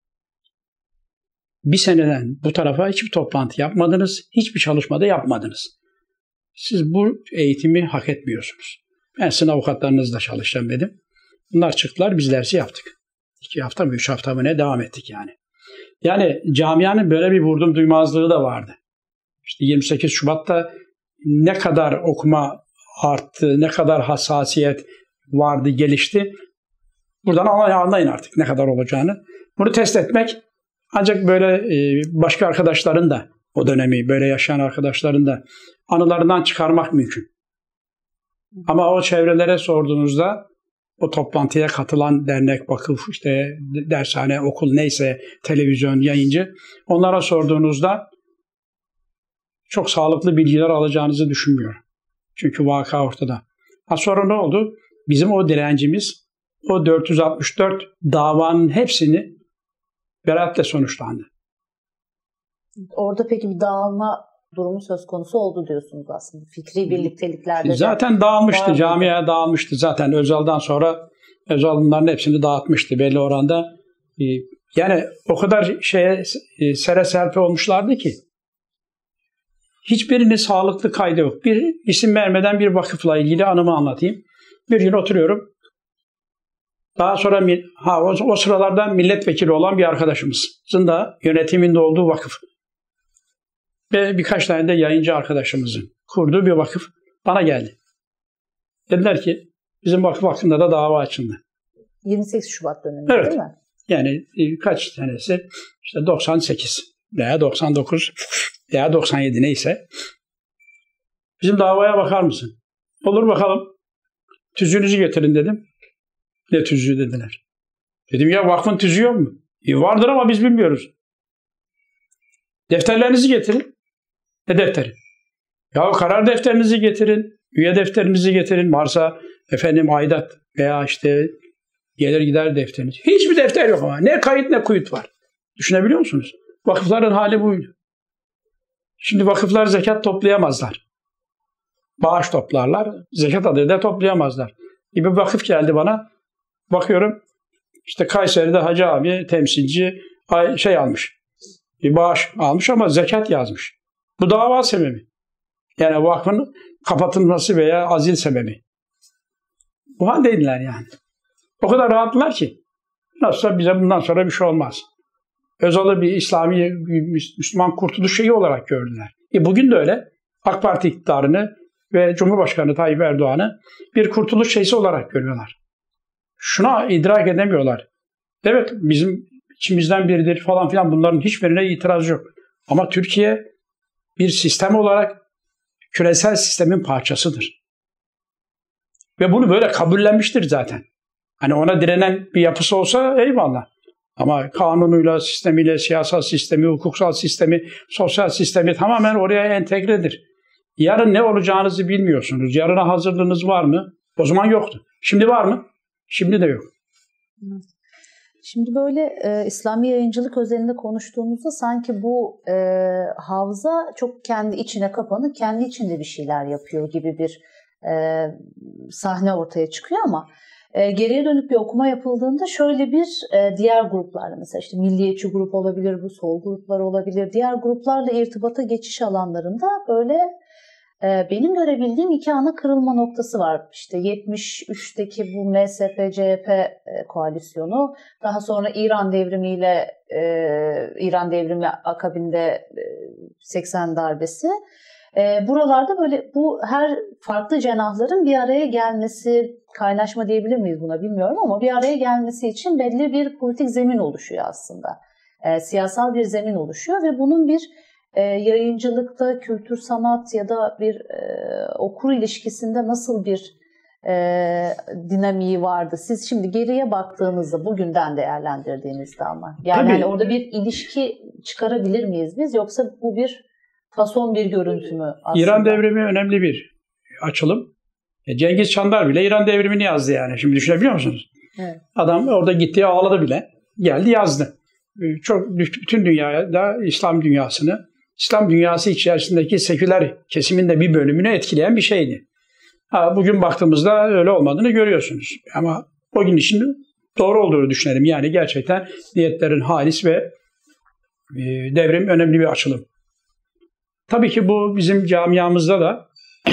Bir seneden bu tarafa hiçbir toplantı yapmadınız, hiçbir çalışmada yapmadınız. Siz bu eğitimi hak etmiyorsunuz. Ben sizin avukatlarınızla çalışacağım dedim. Bunlar çıktılar, biz dersi yaptık. 2 hafta mı 3 hafta mı ne devam ettik yani. Yani camianın böyle bir vurdum duymazlığı da vardı. İşte 28 Şubat'ta ne kadar okuma arttı, ne kadar hassasiyet vardı, gelişti. Buradan anlayın artık ne kadar olacağını. Bunu test etmek ancak böyle başka arkadaşların da o dönemi böyle yaşayan arkadaşların da anılarından çıkarmak mümkün. Ama o çevrelere sorduğunuzda o toplantıya katılan dernek, vakıf, işte dershane, okul neyse, televizyon, yayıncı onlara sorduğunuzda çok sağlıklı bilgiler alacağınızı düşünmüyorum. Çünkü vaka ortada. Sonra ne oldu? Bizim o direncimiz o 464 davanın hepsini beraatle sonuçlandı. Orada peki bir dağılma durumu söz konusu oldu diyorsunuz aslında. Fikri birlikteliklerde. Zaten dağılmıştı, camiye dağılmıştı. Zaten Özal'dan sonra Özal bunların hepsini dağıtmıştı belli oranda. Yani o kadar sere serpe olmuşlardı ki hiçbirinin sağlıklı kaydı yok. Bir isim vermeden bir vakıfla ilgili anımı anlatayım. Bir gün oturuyorum. Daha sonra o sıralarda milletvekili olan bir arkadaşımızın da yönetiminde olduğu vakıf ve birkaç tane de yayıncı arkadaşımızın kurduğu bir vakıf bana geldi. Dediler ki bizim vakıf hakkında da dava açıldı. 28 Şubat döneminde evet. Değil mi? Yani kaç tanesi? İşte 98 veya 99 veya 97 neyse. Bizim davaya bakar mısın? Olur bakalım. Tüzüğünüzü getirin dedim. Ne tüzüğü dediler. Dedim ya vakfın tüzüğü yok mu? Vardır ama biz bilmiyoruz. Defterlerinizi getirin. Ne defteri? Ya karar defterinizi getirin. Üye defterinizi getirin. Varsa efendim aidat veya işte gelir gider defteriniz. Hiçbir defter yok ama. Ne kayıt ne kuyut var. Düşünebiliyor musunuz? Vakıfların hali buydu. Şimdi vakıflar zekat toplayamazlar. Bağış toplarlar. Zekat adıyla toplayamazlar. Bir vakıf geldi bana. Bakıyorum işte Kayseri'de Hacı abi temsilci almış. Bir bağış almış ama zekat yazmış. Bu dava sebebi. Yani vakfın kapatılması veya azil sebebi. Bu haldeydiler yani. O kadar rahatlar ki. Nasılsa bize bundan sonra bir şey olmaz. Özal'ı bir İslami, bir Müslüman kurtuluş şeyi olarak gördüler. Bugün de öyle. AK Parti iktidarını ve Cumhurbaşkanı Tayyip Erdoğan'ı bir kurtuluş şeysi olarak görüyorlar. Şuna idrak edemiyorlar. Evet bizim içimizden biridir falan filan bunların hiçbirine itiraz yok. Ama Türkiye bir sistem olarak küresel sistemin parçasıdır. Ve bunu böyle kabullenmiştir zaten. Hani ona direnen bir yapısı olsa eyvallah. Ama kanunuyla, sistemiyle, siyasal sistemi, hukuksal sistemi, sosyal sistemi tamamen oraya entegredir. Yarın ne olacağınızı bilmiyorsunuz. Yarına hazırlığınız var mı? O zaman yoktu. Şimdi var mı? Şimdi de yok. Şimdi böyle İslami yayıncılık özelinde konuştuğumuzda sanki bu havza çok kendi içine kapanık, kendi içinde bir şeyler yapıyor gibi bir sahne ortaya çıkıyor ama geriye dönük bir okuma yapıldığında şöyle bir diğer gruplarla mesela işte milliyetçi grup olabilir, bu sol gruplar olabilir, diğer gruplarla irtibata geçiş alanlarında böyle benim görebildiğim 2 ana kırılma noktası var. İşte 73'teki bu MSP-CHP koalisyonu, daha sonra İran devrimi akabinde 80 darbesi Buralarda böyle bu her farklı cenahların bir araya gelmesi, kaynaşma diyebilir miyiz buna bilmiyorum ama bir araya gelmesi için belli bir politik zemin oluşuyor aslında. Siyasal bir zemin oluşuyor ve bunun bir yayıncılıkta, kültür sanat ya da bir okur ilişkisinde nasıl bir dinamiği vardı? Siz şimdi geriye baktığınızda, bugünden değerlendirdiğinizde ama yani hani orada bir ilişki çıkarabilir miyiz biz, yoksa bu bir fason bir görüntü mü aslında? İran devrimi önemli bir açılım. Cengiz Çandar bile İran devrimini yazdı yani. Şimdi düşünebiliyor musunuz? Evet. Adam orada gitti ağladı bile. Geldi yazdı. Bütün dünyada İslam dünyasını, İslam dünyası içerisindeki seküler kesimin de bir bölümünü etkileyen bir şeydi. Bugün baktığımızda öyle olmadığını görüyorsunuz. Ama o gün için doğru olduğunu düşünelim. Yani gerçekten niyetlerin halis ve devrim önemli bir açılım. Tabii ki bu bizim camiamızda da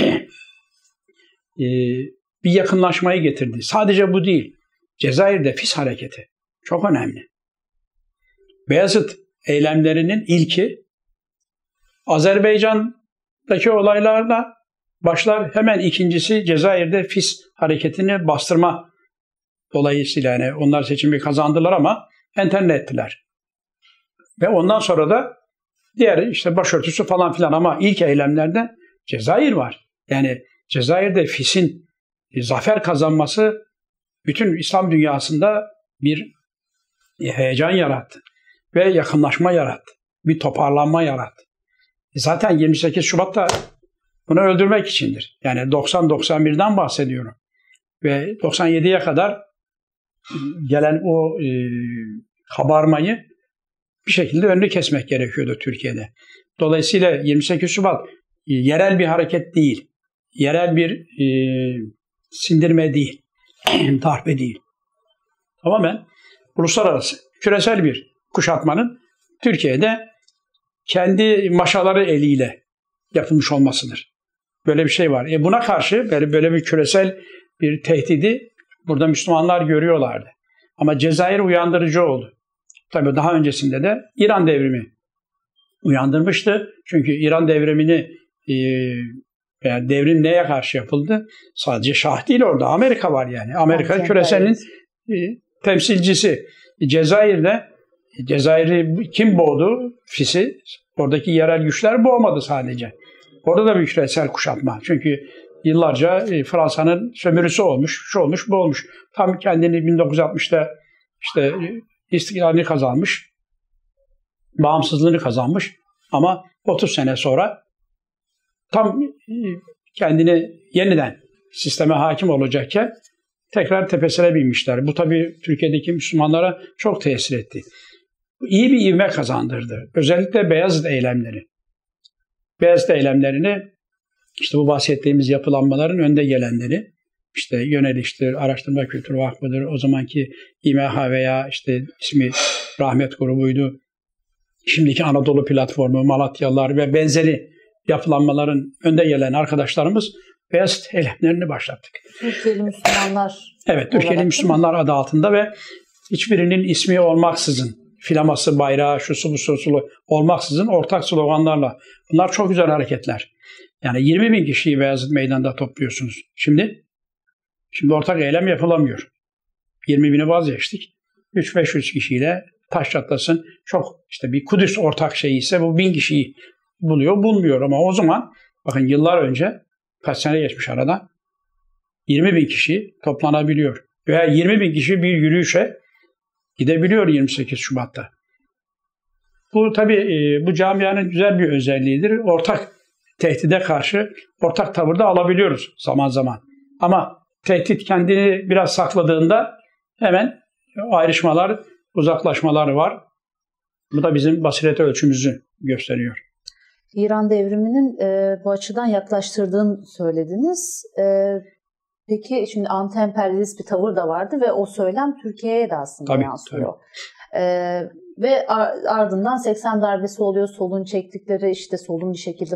bir yakınlaşmayı getirdi. Sadece bu değil. Cezayir'de Fis hareketi çok önemli. Beyazıt eylemlerinin ilki Azerbaycan'daki olaylarla başlar. Hemen ikincisi Cezayir'de Fis hareketini bastırma dolayısıyla, yani onlar seçimi kazandılar ama enterne ettiler. Ve ondan sonra da diğer işte başörtüsü falan filan, ama ilk eylemlerde Cezayir var. Yani Cezayir'de Fis'in zafer kazanması bütün İslam dünyasında bir heyecan yarattı ve yakınlaşma yarattı. Bir toparlanma yarattı. Zaten 28 Şubat'ta bunu öldürmek içindir. Yani 90-91'den bahsediyorum. Ve 97'ye kadar gelen o kabarmayı bir şekilde önünü kesmek gerekiyordu Türkiye'de. Dolayısıyla 28 Şubat yerel bir hareket değil. Yerel bir sindirme değil. Darbe değil. Tamamen uluslararası, küresel bir kuşatmanın Türkiye'de kendi maşaları eliyle yapılmış olmasıdır. Böyle bir şey var. Buna karşı böyle bir küresel bir tehdidi burada Müslümanlar görüyorlardı. Ama Cezayir uyandırıcı oldu. Tabii daha öncesinde de İran devrimi uyandırmıştı. Çünkü İran devrimini yani devrim neye karşı yapıldı? Sadece Şah değil orada. Amerika var yani. Amerika küreselin temsilcisi. Cezayir'i kim boğdu? Fis'i. Oradaki yerel güçler boğmadı sadece. Orada da bir küresel kuşatma. Çünkü yıllarca Fransa'nın sömürüsü olmuş, şu olmuş, bu olmuş. Tam kendini 1960'ta işte istiklalini kazanmış, bağımsızlığını kazanmış. Ama 30 sene sonra tam kendini yeniden sisteme hakim olacakken tekrar tepesine binmişler. Bu tabii Türkiye'deki Müslümanlara çok tesir etti. İyi bir ivme kazandırdı. Özellikle Beyazıt eylemleri. Beyazıt eylemlerini işte bu bahsettiğimiz yapılanmaların önde gelenleri, işte Yöneliş'tir, Araştırma Kültür Vakfı'dır, o zamanki İMH veya işte ismi Rahmet grubuydu, şimdiki Anadolu Platformu, Malatyalılar ve benzeri yapılanmaların önde gelen arkadaşlarımız Beyazıt eylemlerini başlattık. Türkiye'li Müslümanlar. Evet, Türkiye'li Müslümanlar adı altında ve hiçbirinin ismi olmaksızın, filaması, bayrağı, şusu, busu olmaksızın ortak sloganlarla. Bunlar çok güzel hareketler. Yani 20 bin kişiyi Beyazıt Meydanı'nda topluyorsunuz. Şimdi ortak eylem yapılamıyor. 20 bini vazgeçtik. 300-500 kişiyle taş çatlasın. Çok işte bir Kudüs ortak şeyi ise bu 1000 kişiyi bulmuyor. Ama o zaman bakın yıllar önce, kaç sene geçmiş arada, 20 bin kişi toplanabiliyor. Veya 20 bin kişi bir yürüyüşe gidebiliyor 28 Şubat'ta. Bu tabii bu camianın güzel bir özelliğidir. Ortak tehdide karşı ortak tavırda alabiliyoruz zaman zaman. Ama tehdit kendini biraz sakladığında hemen ayrışmalar, uzaklaşmalar var. Bu da bizim basiret ölçümüzü gösteriyor. İran devriminin bu açıdan yaklaştırdığını söylediniz. Peki şimdi anti-emperyalist bir tavır da vardı ve o söylem Türkiye'ye de aslında yansıyor. Ve ardından 80 darbesi oluyor. Solun çektikleri, işte solun bir şekilde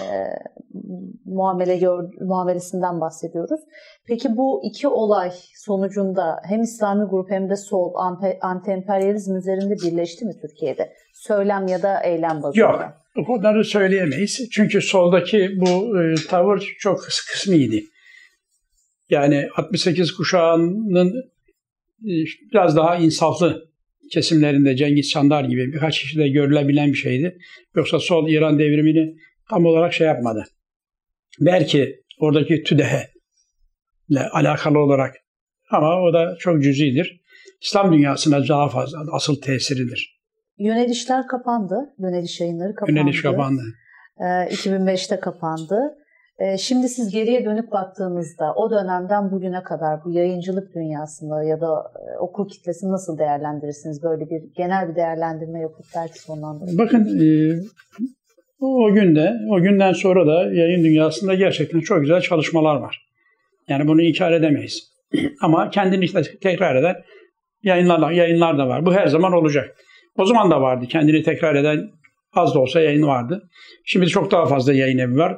muamelesinden bahsediyoruz. Peki bu iki olay sonucunda hem İslami grup hem de sol anti-emperyalizm üzerinde birleşti mi Türkiye'de? Söylem ya da eylem bazında. Yok. O kadarı söyleyemeyiz. Çünkü soldaki bu tavır çok kısmiydi. Yani 68 kuşağının biraz daha insaflı kesimlerinde Cengiz Çandar gibi birkaç kişide görülebilen bir şeydi. Yoksa sol İran devrimini tam olarak şey yapmadı. Belki oradaki TÜDEH'le alakalı olarak ama o da çok cüzidir. İslam dünyasına daha fazla asıl tesiridir. Yönelişler kapandı. Yöneliş yayınları kapandı. Yöneliş kapandı. 2005'te kapandı. Şimdi siz geriye dönüp baktığınızda o dönemden bugüne kadar bu yayıncılık dünyasını ya da okur kitlesini nasıl değerlendirirsiniz? Böyle bir genel bir değerlendirme yapıp belki sonlandırın. Bakın o günden sonra da yayın dünyasında gerçekten çok güzel çalışmalar var. Yani bunu inkar edemeyiz. Ama kendini tekrar eden yayınlar da var. Bu her zaman olacak. O zaman da vardı. Kendini tekrar eden az da olsa yayın vardı. Şimdi çok daha fazla yayın evi var.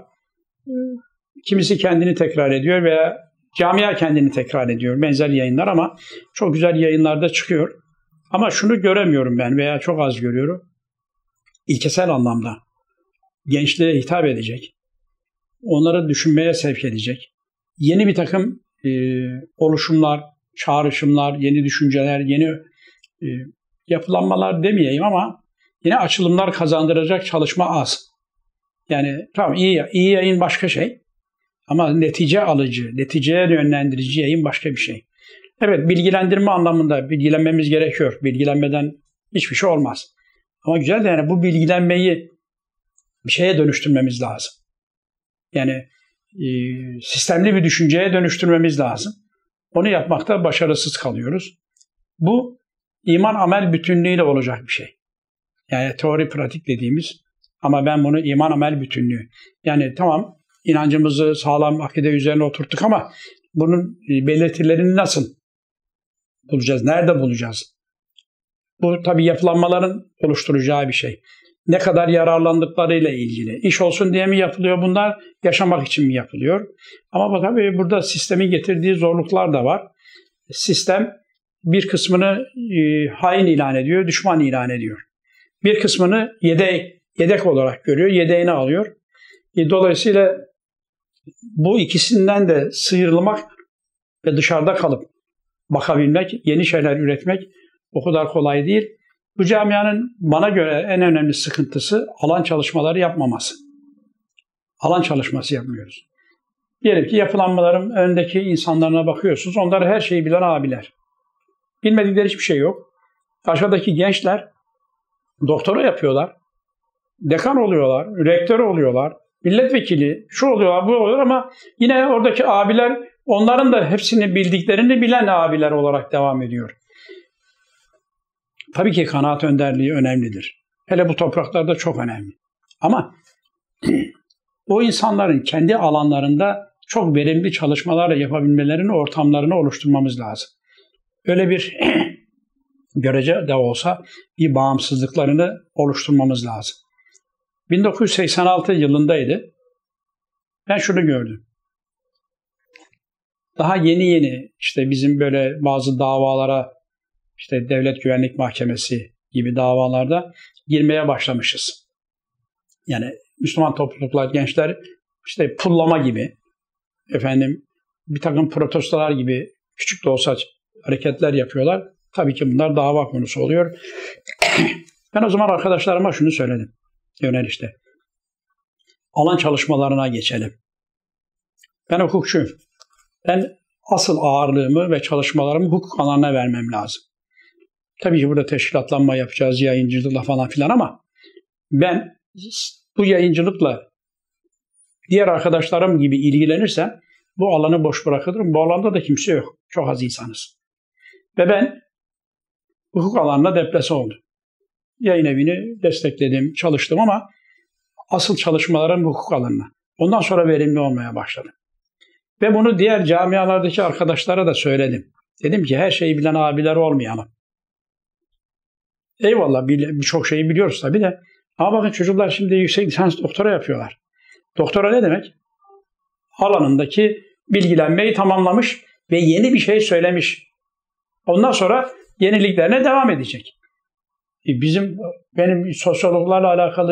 Kimisi kendini tekrar ediyor veya camia kendini tekrar ediyor. Benzer yayınlar ama çok güzel yayınlar da çıkıyor. Ama şunu göremiyorum ben veya çok az görüyorum. İlkesel anlamda gençliğe hitap edecek, onları düşünmeye sevk edecek, yeni bir takım oluşumlar, çağrışımlar, yeni düşünceler, yeni yapılanmalar demeyeyim ama yine açılımlar kazandıracak çalışma az. Yani tamam iyi yayın başka şey ama netice alıcı, neticeye yönlendirici yayın başka bir şey. Evet, bilgilendirme anlamında bilgilenmemiz gerekiyor. Bilgilenmeden hiçbir şey olmaz. Ama güzel de yani bu bilgilenmeyi bir şeye dönüştürmemiz lazım. Yani sistemli bir düşünceye dönüştürmemiz lazım. Onu yapmakta başarısız kalıyoruz. Bu iman amel bütünlüğüyle olacak bir şey. Yani teori pratik dediğimiz ama ben bunu iman amel bütünlüğü. Yani tamam inancımızı sağlam akide üzerine oturttuk ama bunun belirtilerini nasıl bulacağız? Nerede bulacağız? Bu tabii yapılanmaların oluşturacağı bir şey. Ne kadar yararlandıklarıyla ilgili. İş olsun diye mi yapılıyor bunlar? Yaşamak için mi yapılıyor? Ama tabii burada sistemin getirdiği zorluklar da var. Sistem bir kısmını hain ilan ediyor, düşman ilan ediyor. Bir kısmını yedek olarak görüyor, yedeğini alıyor. Dolayısıyla bu ikisinden de sıyrılmak ve dışarıda kalıp bakabilmek, yeni şeyler üretmek o kadar kolay değil. Bu camianın bana göre en önemli sıkıntısı alan çalışmaları yapmaması. Alan çalışması yapmıyoruz. Diyelim ki yapılanmaların önündeki insanlarına bakıyorsunuz. Onlar her şeyi bilen abiler. Bilmedikleri hiçbir şey yok. Aşağıdaki gençler doktora yapıyorlar. Dekan oluyorlar, rektör oluyorlar, milletvekili, şu oluyorlar, bu oluyor ama yine oradaki abiler onların da hepsini bildiklerini bilen abiler olarak devam ediyor. Tabii ki kanaat önderliği önemlidir. Hele bu topraklarda çok önemli. Ama o insanların kendi alanlarında çok verimli çalışmalar yapabilmelerinin ortamlarını oluşturmamız lazım. Öyle bir görece de olsa bir bağımsızlıklarını oluşturmamız lazım. 1986 yılındaydı. Ben şunu gördüm. Daha yeni işte bizim böyle bazı davalara işte Devlet Güvenlik Mahkemesi gibi davalarda girmeye başlamışız. Yani Müslüman topluluklar, gençler işte pullama gibi, bir takım protestolar gibi küçük de olsa hareketler yapıyorlar. Tabii ki bunlar dava konusu oluyor. Ben o zaman arkadaşlarıma şunu söyledim yönelişte. Alan çalışmalarına geçelim. Ben hukukçuyum. Ben asıl ağırlığımı ve çalışmalarımı hukuk alanına vermem lazım. Tabii ki burada teşkilatlanma yapacağız, yayıncılıkla falan filan ama ben bu yayıncılıkla diğer arkadaşlarım gibi ilgilenirsem bu alanı boş bırakırım. Bu alanda da kimse yok. Çok az insanız. Ve ben hukuk alanına deplase oldum. Yayın evini destekledim, çalıştım ama asıl çalışmalarım hukuk alanına. Ondan sonra verimli olmaya başladım. Ve bunu diğer camialardaki arkadaşlara da söyledim. Dedim ki her şeyi bilen abiler olmayalım. Eyvallah birçok şeyi biliyoruz tabii de. Ama bakın çocuklar şimdi yüksek lisans doktora yapıyorlar. Doktora ne demek? Alanındaki bilgilenmeyi tamamlamış ve yeni bir şey söylemiş. Ondan sonra yeniliklerine devam edecek. Benim sosyologlarla alakalı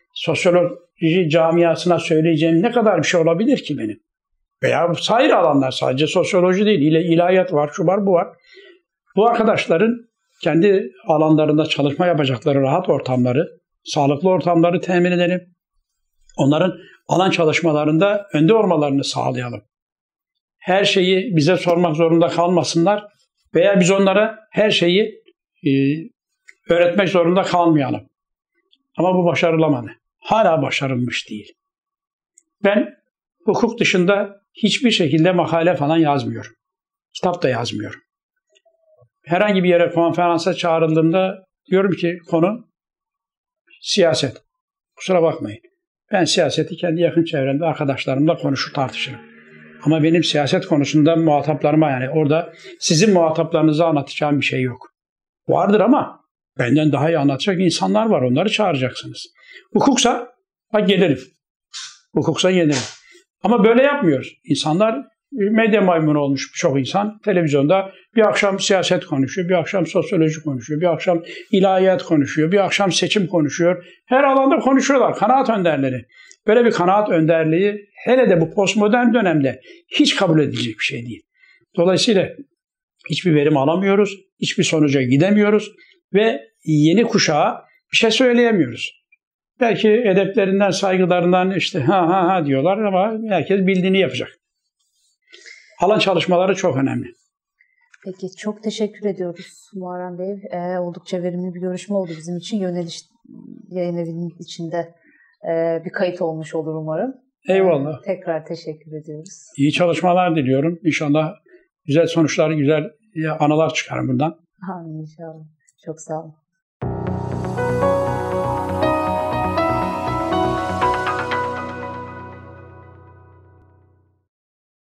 sosyoloji camiasına söyleyeceğim ne kadar bir şey olabilir ki benim? Veya sair alanlar, sadece sosyoloji değil, ilahiyat var, şu var, bu var. Bu arkadaşların kendi alanlarında çalışma yapacakları rahat ortamları, sağlıklı ortamları temin edelim. Onların alan çalışmalarında önde olmalarını sağlayalım. Her şeyi bize sormak zorunda kalmasınlar veya biz onlara her şeyi öğretmek zorunda kalmayalım. Ama bu başarılamadı. Hala başarılmış değil. Ben hukuk dışında hiçbir şekilde makale falan yazmıyorum. Kitap da yazmıyorum. Herhangi bir yere konferansa çağrıldığımda diyorum ki konu siyaset. Kusura bakmayın. Ben siyaseti kendi yakın çevremde arkadaşlarımla konuşur tartışırım. Ama benim siyaset konusunda muhataplarıma, yani orada sizin muhataplarınıza anlatacağım bir şey yok. Vardır ama benden daha iyi anlatacak insanlar var. Onları çağıracaksınız. Hukuksa gelirim. Hukuksa gelirim. Ama böyle yapmıyoruz. İnsanlar medya maymunu olmuş birçok insan. Televizyonda bir akşam siyaset konuşuyor, bir akşam sosyoloji konuşuyor, bir akşam ilahiyat konuşuyor, bir akşam seçim konuşuyor. Her alanda konuşuyorlar. Kanaat önderleri. Böyle bir kanaat önderliği hele de bu postmodern dönemde hiç kabul edilecek bir şey değil. Dolayısıyla hiçbir verim alamıyoruz, hiçbir sonuca gidemiyoruz ve yeni kuşağa bir şey söyleyemiyoruz. Belki edeplerinden, saygılarından işte ha diyorlar ama herkes bildiğini yapacak. Alan çalışmaları çok önemli. Peki, çok teşekkür ediyoruz Muharrem Bey. Oldukça verimli bir görüşme oldu bizim için. Yöneliş Yayın Evi'nin içinde bir kayıt olmuş olur umarım. Eyvallah. Tekrar teşekkür ediyoruz. İyi çalışmalar diliyorum. İnşallah güzel sonuçlar, güzel anılar çıkar buradan. Amin inşallah. Çok sağ olun.